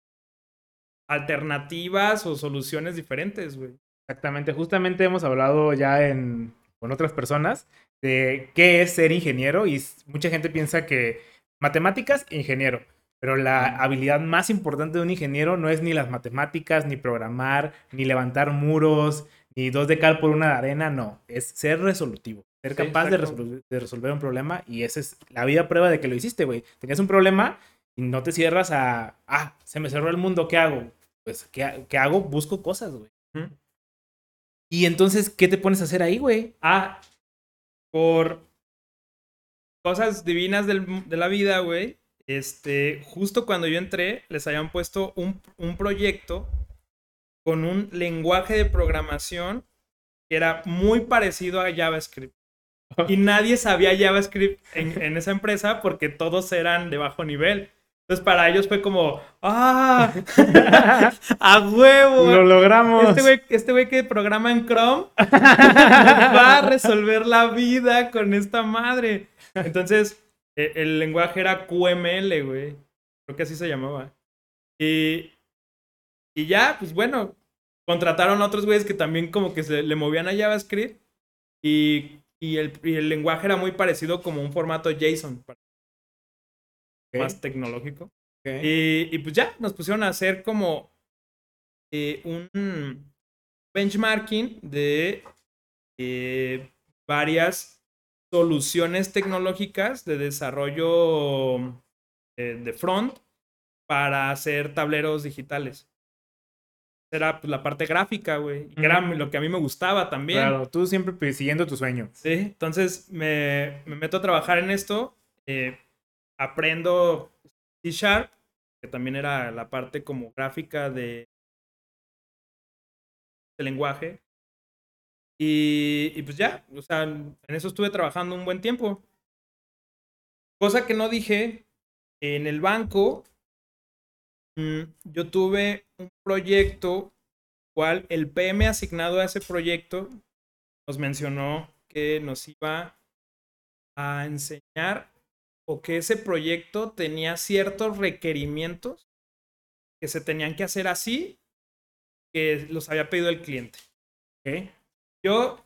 alternativas o soluciones diferentes, güey. Exactamente. Justamente hemos hablado ya con otras personas de qué es ser ingeniero y mucha gente piensa que matemáticas, ingeniero. Pero la habilidad más importante de un ingeniero no es ni las matemáticas, ni programar, ni levantar muros, ni dos de cal por una de arena, no. Es ser resolutivo, ser capaz de resolver un problema y esa es la vida prueba de que lo hiciste, güey. Tenías un problema y no te cierras se me cerró el mundo, ¿qué hago? Pues, ¿qué hago? Busco cosas, güey. Y entonces, ¿qué te pones a hacer ahí, güey? Por cosas divinas de la vida, güey. Justo cuando yo entré, les habían puesto un proyecto con un lenguaje de programación que era muy parecido a JavaScript. Y nadie sabía JavaScript en esa empresa porque todos eran de bajo nivel. Entonces para ellos fue como, ¡a huevo! ¡Lo logramos! Este güey que programa en Chrome va a resolver la vida con esta madre. Entonces, el lenguaje era QML, güey. Creo que así se llamaba. Y ya, pues bueno, contrataron a otros güeyes que también como que se le movían a JavaScript. Y el lenguaje era muy parecido como un formato JSON. Más tecnológico. Y pues ya, nos pusieron a hacer como un benchmarking de varias soluciones tecnológicas de desarrollo de front para hacer tableros digitales. Era pues, la parte gráfica, güey. Y era lo que a mí me gustaba también. Claro, tú siempre siguiendo tu sueño. Sí, entonces me meto a trabajar en esto. Aprendo C#, que también era la parte como gráfica de lenguaje. Y pues ya, o sea, en eso estuve trabajando un buen tiempo. Cosa que no dije, en el banco, yo tuve un proyecto, cual el PM asignado a ese proyecto nos mencionó que nos iba a enseñar o que ese proyecto tenía ciertos requerimientos que se tenían que hacer así que los había pedido el cliente. Ok. Yo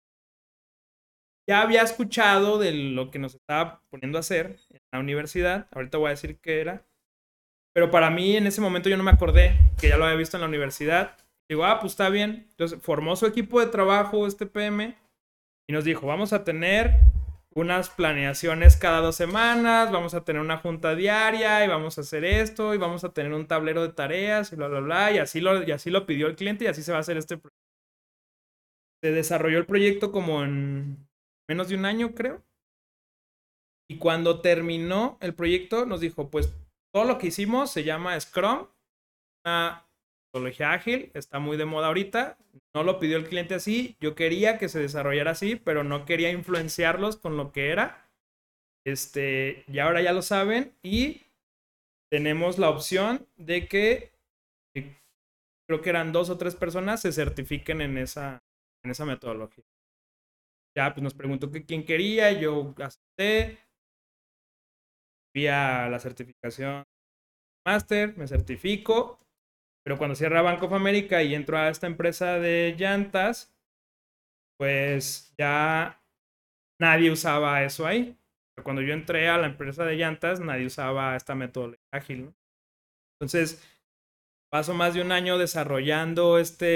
ya había escuchado de lo que nos estaba poniendo a hacer en la universidad. Ahorita voy a decir qué era. Pero para mí en ese momento yo no me acordé que ya lo había visto en la universidad. Digo, pues está bien. Entonces formó su equipo de trabajo, este PM, y nos dijo, vamos a tener unas planeaciones cada 2 semanas, vamos a tener una junta diaria y vamos a hacer esto y vamos a tener un tablero de tareas y bla, bla, bla. Y así lo pidió el cliente y así se va a hacer este proyecto. Se desarrolló el proyecto como en menos de un año, creo. Y cuando terminó el proyecto, nos dijo, pues todo lo que hicimos se llama Scrum, una metodología ágil, está muy de moda ahorita. No lo pidió el cliente así, yo quería que se desarrollara así, pero no quería influenciarlos con lo que era. Y ahora ya lo saben y tenemos la opción de que creo que eran 2 o 3 personas se certifiquen en esa metodología. Ya, pues nos preguntó que quién quería, yo acepté, vía la certificación máster, me certifico, pero cuando cierra Bank of America y entro a esta empresa de llantas, pues ya nadie usaba eso ahí. Pero cuando yo entré a la empresa de llantas, nadie usaba esta metodología ágil, ¿no? Entonces, paso más de un año desarrollando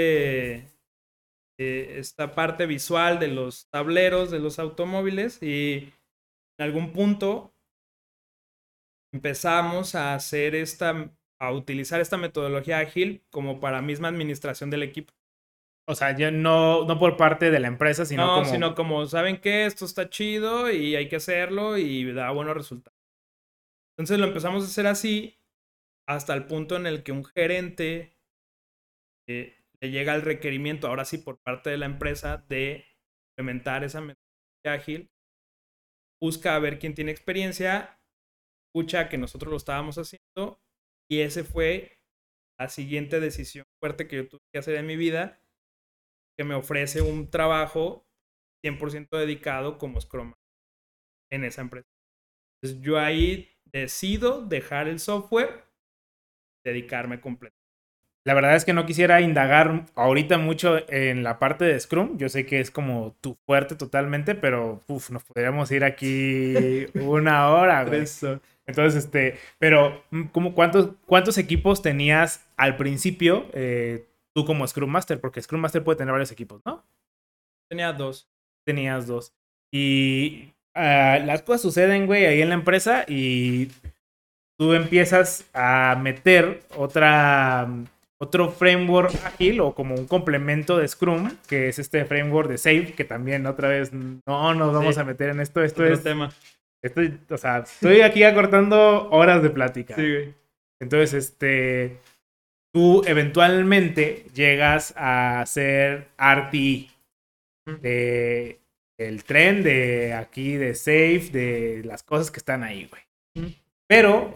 esta parte visual de los tableros de los automóviles y en algún punto empezamos a utilizar esta metodología ágil como para misma administración del equipo. O sea, ya no por parte de la empresa, sino No, como... sino como, ¿saben qué? Esto está chido y hay que hacerlo y da buenos resultados. Entonces lo empezamos a hacer así hasta el punto en el que un gerente le llega el requerimiento, ahora sí por parte de la empresa, de implementar esa metodología ágil. Busca a ver quién tiene experiencia, escucha que nosotros lo estábamos haciendo y ese fue la siguiente decisión fuerte que yo tuve que hacer en mi vida, que me ofrece un trabajo 100% dedicado como Scrum en esa empresa. Entonces yo ahí decido dejar el software, dedicarme completo. La verdad es que no quisiera indagar ahorita mucho en la parte de Scrum. Yo sé que es como tu fuerte totalmente, pero nos podríamos ir aquí una hora, güey. Entonces, pero ¿cuántos equipos tenías al principio tú como Scrum Master? Porque Scrum Master puede tener varios equipos, ¿no? Tenía 2. Tenías 2. Y las cosas suceden, güey, ahí en la empresa y tú empiezas a meter otro framework ágil o como un complemento de Scrum, que es este framework de Safe, que también otra vez no nos vamos a meter en esto. Esto es tema. O sea, estoy aquí acortando horas de plática. Sí, güey. Entonces, tú eventualmente llegas a ser RTE de el tren, de aquí, de Safe, de las cosas que están ahí, güey. Pero,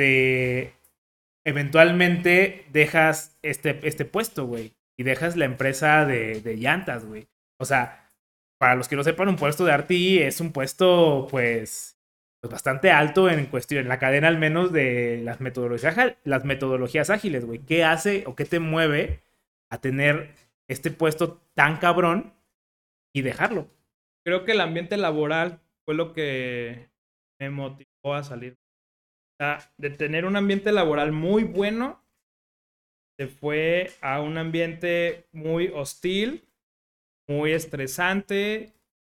eventualmente dejas este puesto, güey. Y dejas la empresa de llantas, güey. O sea, para los que no sepan, un puesto de RTE es un puesto, pues bastante alto en cuestión, en la cadena al menos de las metodologías ágiles, güey. ¿Qué hace o qué te mueve a tener este puesto tan cabrón y dejarlo? Creo que el ambiente laboral fue lo que me motivó a salir. O sea, de tener un ambiente laboral muy bueno, se fue a un ambiente muy hostil, muy estresante.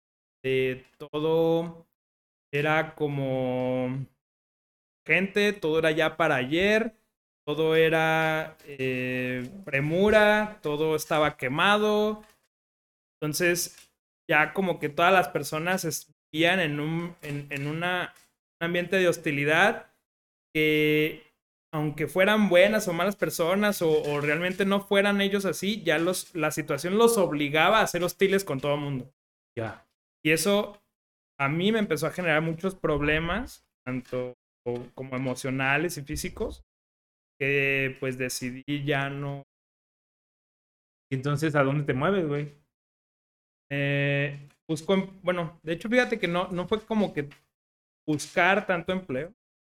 Todo era como gente, todo era ya para ayer, todo era premura, todo estaba quemado. Entonces, ya como que todas las personas vivían en un ambiente de hostilidad que, aunque fueran buenas o malas personas o realmente no fueran ellos así, ya la situación los obligaba a ser hostiles con todo el mundo. Ya. Y eso a mí me empezó a generar muchos problemas, tanto como emocionales y físicos, que pues decidí ya no. Entonces, ¿a dónde te mueves, güey? busco, bueno, de hecho, fíjate que no fue como que buscar tanto empleo.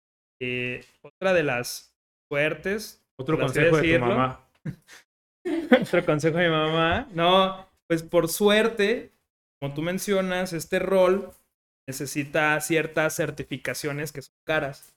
Otra de las fuertes, Otro por así consejo de tu decirlo, mamá. otro consejo de mi mamá, no, pues por suerte, como tú mencionas, este rol necesita ciertas certificaciones que son caras.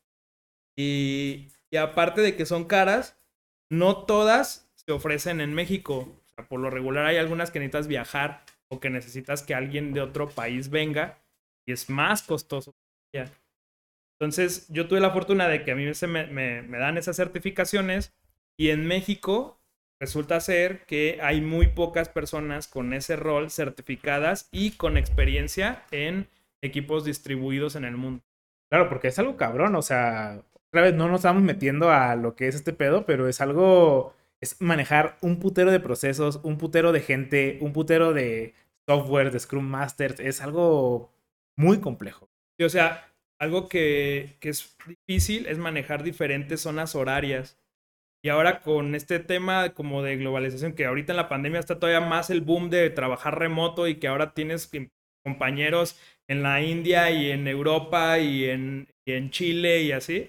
Y aparte de que son caras, no todas se ofrecen en México. O sea, por lo regular hay algunas que necesitas viajar o que necesitas que alguien de otro país venga y es más costoso. Entonces, yo tuve la fortuna de que a mí me dan esas certificaciones y en México resulta ser que hay muy pocas personas con ese rol certificadas y con experiencia en equipos distribuidos en el mundo. Claro, porque es algo cabrón, o sea, otra vez no nos estamos metiendo a lo que es este pedo, pero es algo, es manejar un putero de procesos, un putero de gente, un putero de software, de Scrum Masters, es algo muy complejo. Y, o sea, algo que es difícil es manejar diferentes zonas horarias. Y ahora con este tema como de globalización, que ahorita en la pandemia está todavía más el boom de trabajar remoto y que ahora tienes compañeros en la India y en Europa y en Chile y así,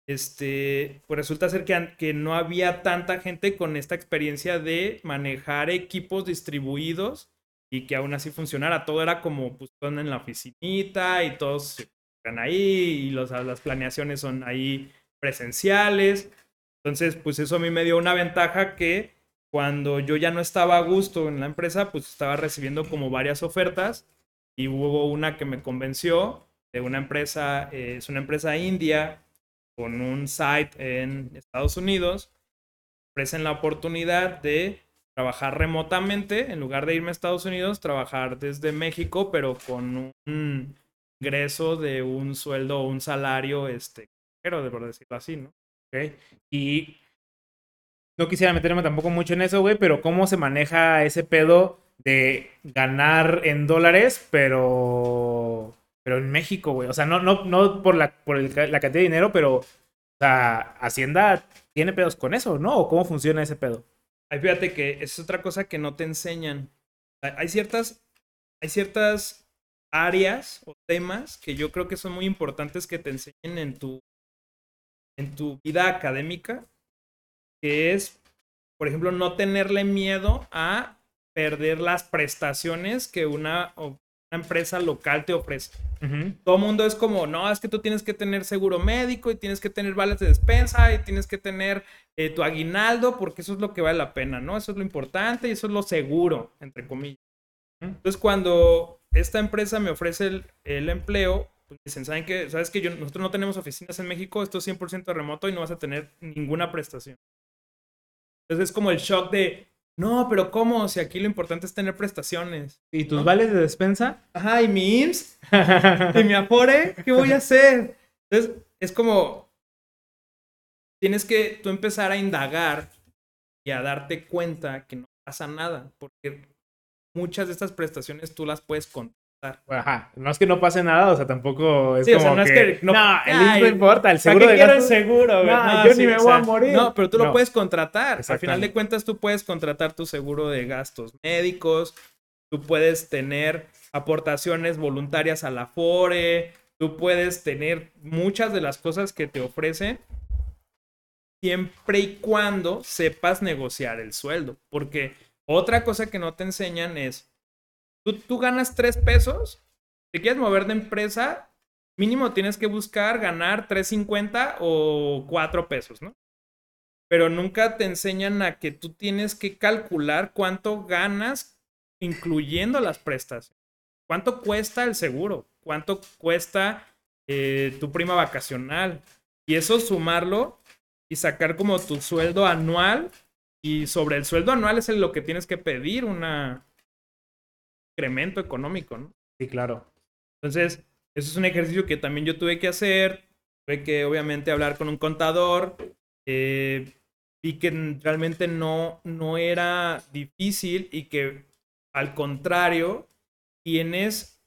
pues resulta ser que no había tanta gente con esta experiencia de manejar equipos distribuidos y que aún así funcionara. Todo era como, pues, están en la oficinita y todos están ahí y las planeaciones son ahí presenciales. Entonces, pues eso a mí me dio una ventaja que cuando yo ya no estaba a gusto en la empresa, pues estaba recibiendo como varias ofertas y hubo una que me convenció de una empresa, es una empresa india con un site en Estados Unidos, ofrecen la oportunidad de trabajar remotamente, en lugar de irme a Estados Unidos, trabajar desde México, pero con un ingreso de un sueldo o un salario, pero por decirlo así, ¿no? ¿Ok? Y no quisiera meterme tampoco mucho en eso, güey, pero ¿cómo se maneja ese pedo de ganar en dólares, pero en México, güey? O sea, no por la cantidad de dinero, pero, o sea, Hacienda tiene pedos con eso, ¿no? ¿O cómo funciona ese pedo? Ahí fíjate que es otra cosa que no te enseñan. Hay ciertas áreas o temas que yo creo que son muy importantes que te enseñen en tu vida académica, que es, por ejemplo, no tenerle miedo a perder las prestaciones que una empresa local te ofrece. Ujú. Todo el mundo es como, no, es que tú tienes que tener seguro médico y tienes que tener vales de despensa y tienes que tener tu aguinaldo porque eso es lo que vale la pena, ¿no? Eso es lo importante y eso es lo seguro, entre comillas. Entonces, cuando esta empresa me ofrece el empleo, pues dicen, ¿saben qué? ¿Sabes que nosotros no tenemos oficinas en México? Esto es 100% remoto y no vas a tener ninguna prestación. Entonces es como el shock de, no, pero ¿cómo? Si aquí lo importante es tener prestaciones, ¿Y tus ¿no? vales de despensa? Ajá, ¿y mi IMSS? ¿Y mi Afore? ¿Qué voy a hacer? Entonces es como, tienes que tú empezar a indagar y a darte cuenta que no pasa nada, porque muchas de estas prestaciones tú las puedes contratar. Ajá, no es que no pase nada, o sea, tampoco es Sí, o sea, como no es que que, no, no, el IMSS no ay, importa, el ¿para seguro qué de quiero el gastos, seguro, güey? no, No, yo sí, ni me o voy a sea, morir. no, pero tú lo No, puedes contratar. Al final de exactamente. cuentas, tú puedes contratar tu seguro de gastos médicos, tú puedes tener aportaciones voluntarias a la FORE, tú puedes tener muchas de las cosas que te ofrecen siempre y cuando sepas negociar el sueldo. Porque otra cosa que no te enseñan es, tú ganas 3 pesos, te quieres mover de empresa, mínimo tienes que buscar ganar 3.50 o 4 pesos, ¿no? Pero nunca te enseñan a que tú tienes que calcular cuánto ganas incluyendo las prestas. ¿Cuánto cuesta el seguro? ¿Cuánto cuesta tu prima vacacional? Y eso sumarlo y sacar como tu sueldo anual. Y sobre el sueldo anual es en lo que tienes que pedir un incremento económico, ¿no? Sí, claro. Entonces, eso es un ejercicio que también yo tuve que hacer. Tuve que, obviamente, hablar con un contador. Vi que realmente no era difícil y que, al contrario, tienes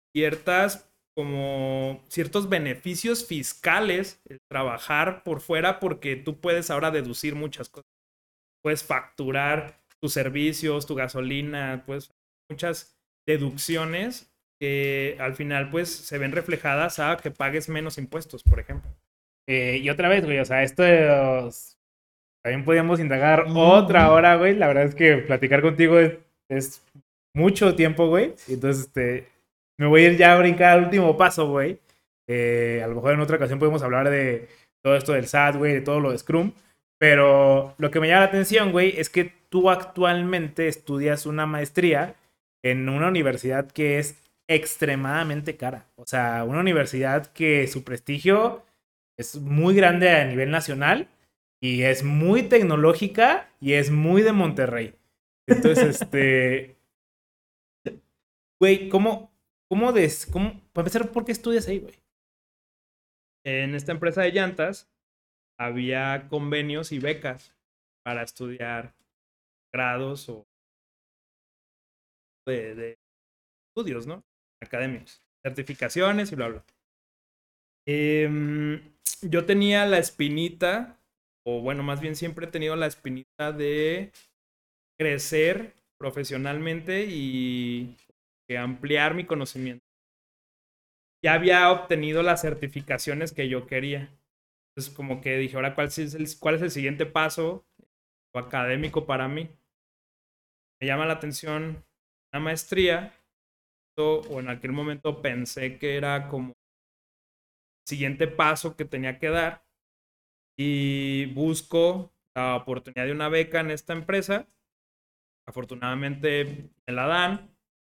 ciertos beneficios fiscales el trabajar por fuera porque tú puedes ahora deducir muchas cosas. Puedes facturar tus servicios, tu gasolina, pues muchas deducciones que al final pues se ven reflejadas a que pagues menos impuestos, por ejemplo. Y otra vez, güey, o sea, también podíamos indagar otra hora, güey. La verdad es que platicar contigo es mucho tiempo, güey. Entonces, me voy a ir ya a brincar al último paso, güey. A lo mejor en otra ocasión podemos hablar de todo esto del SAT, güey, de todo lo de Scrum. Pero lo que me llama la atención, güey, es que tú actualmente estudias una maestría en una universidad que es extremadamente cara. O sea, una universidad que su prestigio es muy grande a nivel nacional y es muy tecnológica y es muy de Monterrey. Entonces, güey, para empezar, ¿por qué estudias ahí, güey? En esta empresa de llantas había convenios y becas para estudiar grados o de estudios, ¿no? Académicos, certificaciones y bla, bla. Yo tenía la espinita, o bueno, más bien siempre he tenido la espinita de crecer profesionalmente y ampliar mi conocimiento. Ya había obtenido las certificaciones que yo quería. Entonces, como que dije, ahora, ¿cuál es el siguiente paso académico para mí? Me llama la atención una maestría, o en aquel momento pensé que era como el siguiente paso que tenía que dar, y busco la oportunidad de una beca en esta empresa. Afortunadamente me la dan.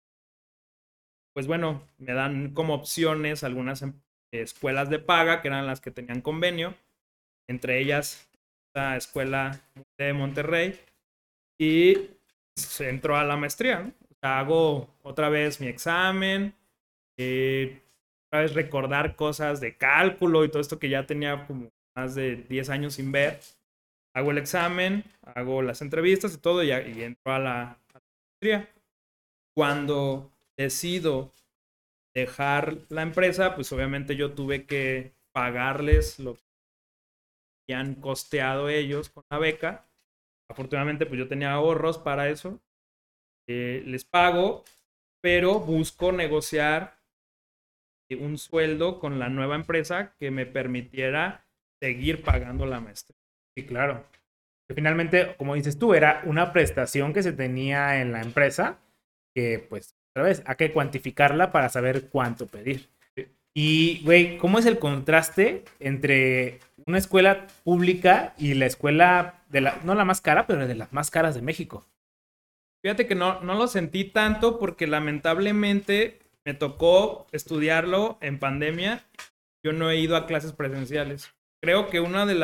Pues bueno, me dan como opciones algunas escuelas de paga, que eran las que tenían convenio, entre ellas la escuela de Monterrey, y entro a la maestría, ¿no? O sea, hago otra vez mi examen, otra vez recordar cosas de cálculo y todo esto que ya tenía como más de 10 años sin ver. Hago el examen, hago las entrevistas y todo, y entro a la maestría. Cuando decido dejar la empresa, pues obviamente yo tuve que pagarles lo que habían costeado ellos con la beca. Afortunadamente, pues yo tenía ahorros para eso. Les pago, pero busco negociar un sueldo con la nueva empresa que me permitiera seguir pagando la maestría. Sí, claro. Que finalmente, como dices tú, era una prestación que se tenía en la empresa que, pues, otra vez, hay que cuantificarla para saber cuánto pedir. Y, güey, ¿cómo es el contraste entre una escuela pública y la escuela no la más cara, pero de las más caras de México? Fíjate que no lo sentí tanto porque lamentablemente me tocó estudiarlo en pandemia. Yo no he ido a clases presenciales. Creo que uno de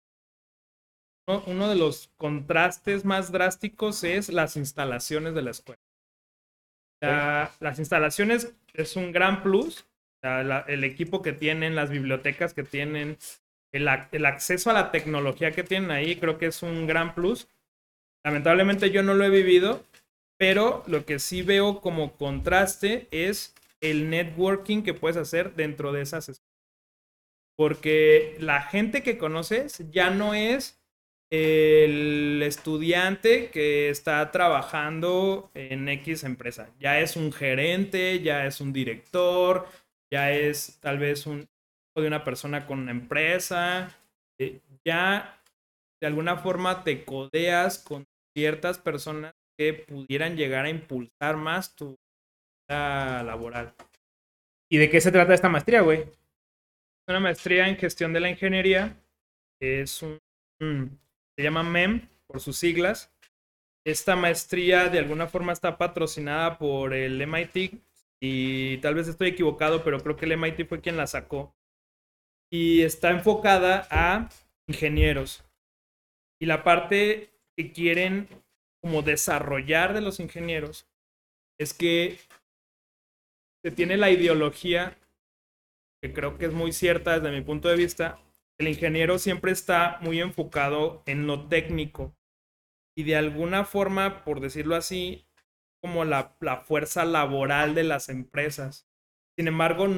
los contrastes más drásticos es las instalaciones de la escuela. O sea, las instalaciones es un gran plus. O sea, el equipo que tienen, las bibliotecas que tienen, el acceso a la tecnología que tienen ahí, creo que es un gran plus. Lamentablemente yo no lo he vivido, pero lo que sí veo como contraste es el networking que puedes hacer dentro de esas escuelas. Porque la gente que conoces ya no es el estudiante que está trabajando en X empresa. Ya es un gerente, ya es un director, ya es tal vez un hijo de una persona con una empresa. Ya de alguna forma te codeas con ciertas personas que pudieran llegar a impulsar más tu vida laboral. ¿Y de qué se trata esta maestría, güey? Una maestría en gestión de la ingeniería. Es se llama MEM por sus siglas. Esta maestría de alguna forma está patrocinada por el MIT, y tal vez estoy equivocado, pero creo que el MIT fue quien la sacó. Y está enfocada a ingenieros. Y la parte que quieren como desarrollar de los ingenieros es que se tiene la ideología, que creo que es muy cierta desde mi punto de vista. El ingeniero siempre está muy enfocado en lo técnico y de alguna forma, por decirlo así, como la fuerza laboral de las empresas. Sin embargo,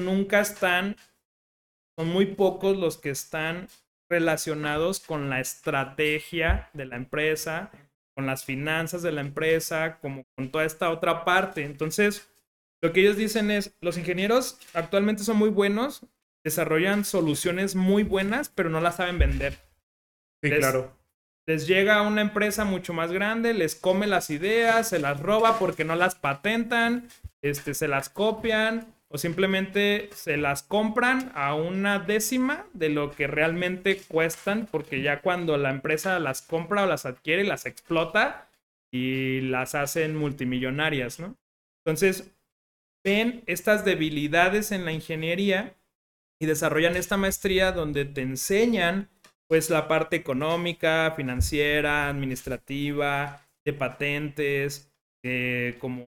son muy pocos los que están relacionados con la estrategia de la empresa, con las finanzas de la empresa, como con toda esta otra parte. Entonces, Lo que ellos dicen es, los ingenieros actualmente son muy buenos, desarrollan soluciones muy buenas, pero no las saben vender. Sí, Les, claro. les llega una empresa mucho más grande, les come las ideas, se las roba porque no las patentan, se las copian o simplemente se las compran a una décima de lo que realmente cuestan, porque ya cuando la empresa las compra o las adquiere, las explota y las hacen multimillonarias, ¿no? Entonces, ven estas debilidades en la ingeniería y desarrollan esta maestría donde te enseñan pues la parte económica, financiera, administrativa, de patentes, como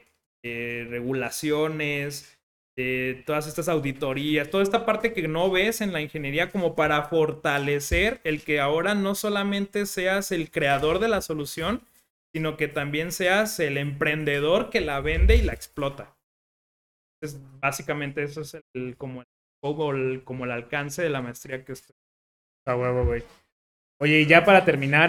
regulaciones, todas estas auditorías, toda esta parte que no ves en la ingeniería como para fortalecer el que ahora no solamente seas el creador de la solución, sino que también seas el emprendedor que la vende y la explota. Entonces, básicamente eso es como el alcance de la maestría que estoy. A huevo, güey. Oye, y ya para terminar,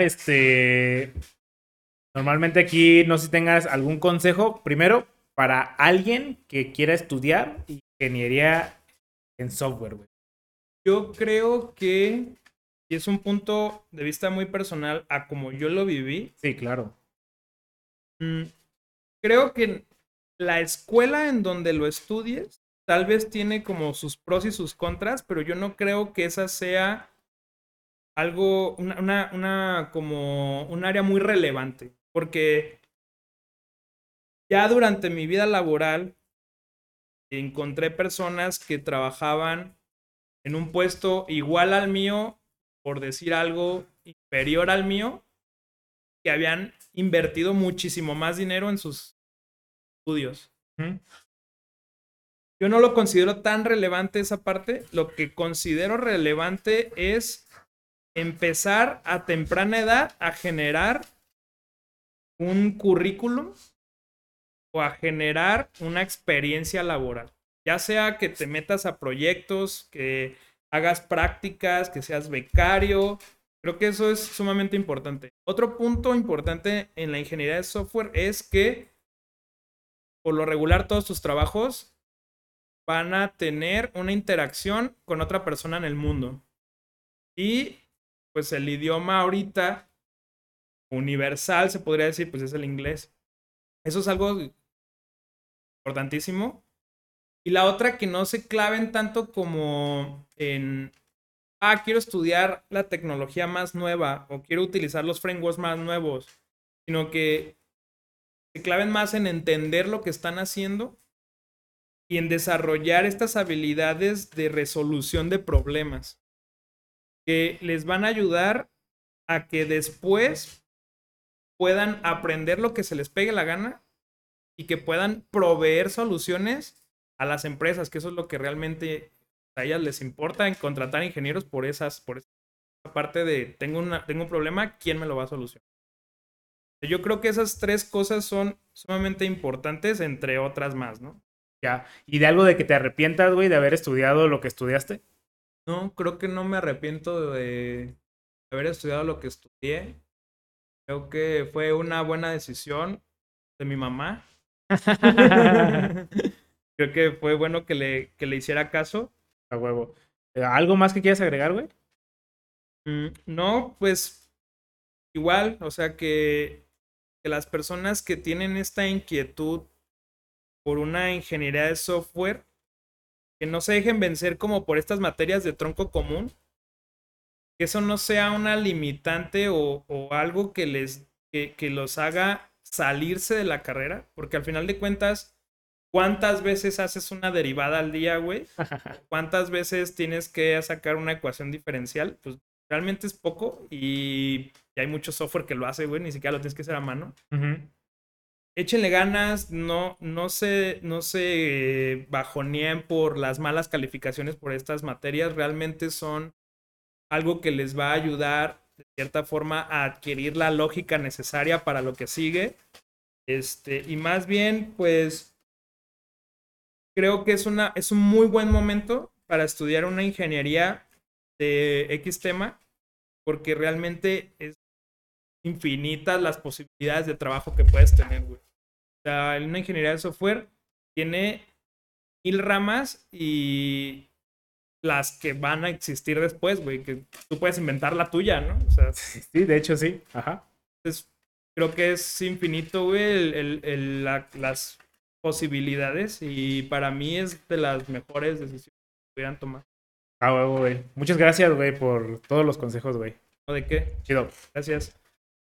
normalmente aquí no sé si tengas algún consejo, primero, para alguien que quiera estudiar ingeniería en software, güey. Yo creo que, y es un punto de vista muy personal a como yo lo viví, Sí, claro. mm, creo que la escuela en donde lo estudies tal vez tiene como sus pros y sus contras, pero yo no creo que esa sea algo, como un área muy relevante, porque ya durante mi vida laboral encontré personas que trabajaban en un puesto igual al mío, por decir algo inferior al mío, que habían invertido muchísimo más dinero en sus estudios. ¿Mm? Yo no lo considero tan relevante esa parte. Lo que considero relevante es empezar a temprana edad a generar un currículum o a generar una experiencia laboral. Ya sea que te metas a proyectos, que hagas prácticas, que seas becario. Creo que eso es sumamente importante. Otro punto importante en la ingeniería de software es que por lo regular todos tus trabajos van a tener una interacción con otra persona en el mundo. Y pues el idioma ahorita universal, se podría decir, pues es el inglés. Eso es algo importantísimo. Y la otra, que no se claven tanto como en, quiero estudiar la tecnología más nueva o quiero utilizar los frameworks más nuevos, sino que se claven más en entender lo que están haciendo y en desarrollar estas habilidades de resolución de problemas que les van a ayudar a que después puedan aprender lo que se les pegue la gana y que puedan proveer soluciones a las empresas, que eso es lo que realmente a ellas les importa, en contratar ingenieros por esa parte de tengo un problema, ¿quién me lo va a solucionar? Yo creo que esas tres cosas son sumamente importantes, entre otras más, ¿no? Ya. ¿Y de algo de que te arrepientas, güey, de haber estudiado lo que estudiaste? No, creo que no me arrepiento de haber estudiado lo que estudié. Creo que fue una buena decisión de mi mamá. Creo que fue bueno que le hiciera caso. A huevo. ¿Algo más que quieras agregar, güey? No, pues igual, o sea que las personas que tienen esta inquietud por una ingeniería de software, que no se dejen vencer como por estas materias de tronco común, que eso no sea una limitante o algo que los haga salirse de la carrera, porque al final de cuentas, ¿cuántas veces haces una derivada al día, güey? ¿Cuántas veces tienes que sacar una ecuación diferencial? Pues realmente es poco y hay mucho software que lo hace, güey, ni siquiera lo tienes que hacer a mano. Ujú. Échenle ganas, no se bajoneen por las malas calificaciones por estas materias, realmente son algo que les va a ayudar de cierta forma a adquirir la lógica necesaria para lo que sigue. Y más bien, pues creo que es un muy buen momento para estudiar una ingeniería de X tema, porque realmente es infinitas las posibilidades de trabajo que puedes tener, güey. O sea, en una ingeniería de software tiene 1000 ramas y las que van a existir después, güey, que tú puedes inventar la tuya, ¿no? O sea, Sí, de hecho sí. Ajá. es- creo que es infinito, güey, las posibilidades y para mí es de las mejores decisiones que pudieran tomar. Ah, huevo, güey. Muchas gracias, güey, por todos los consejos, güey. ¿O de qué? Chido. Gracias.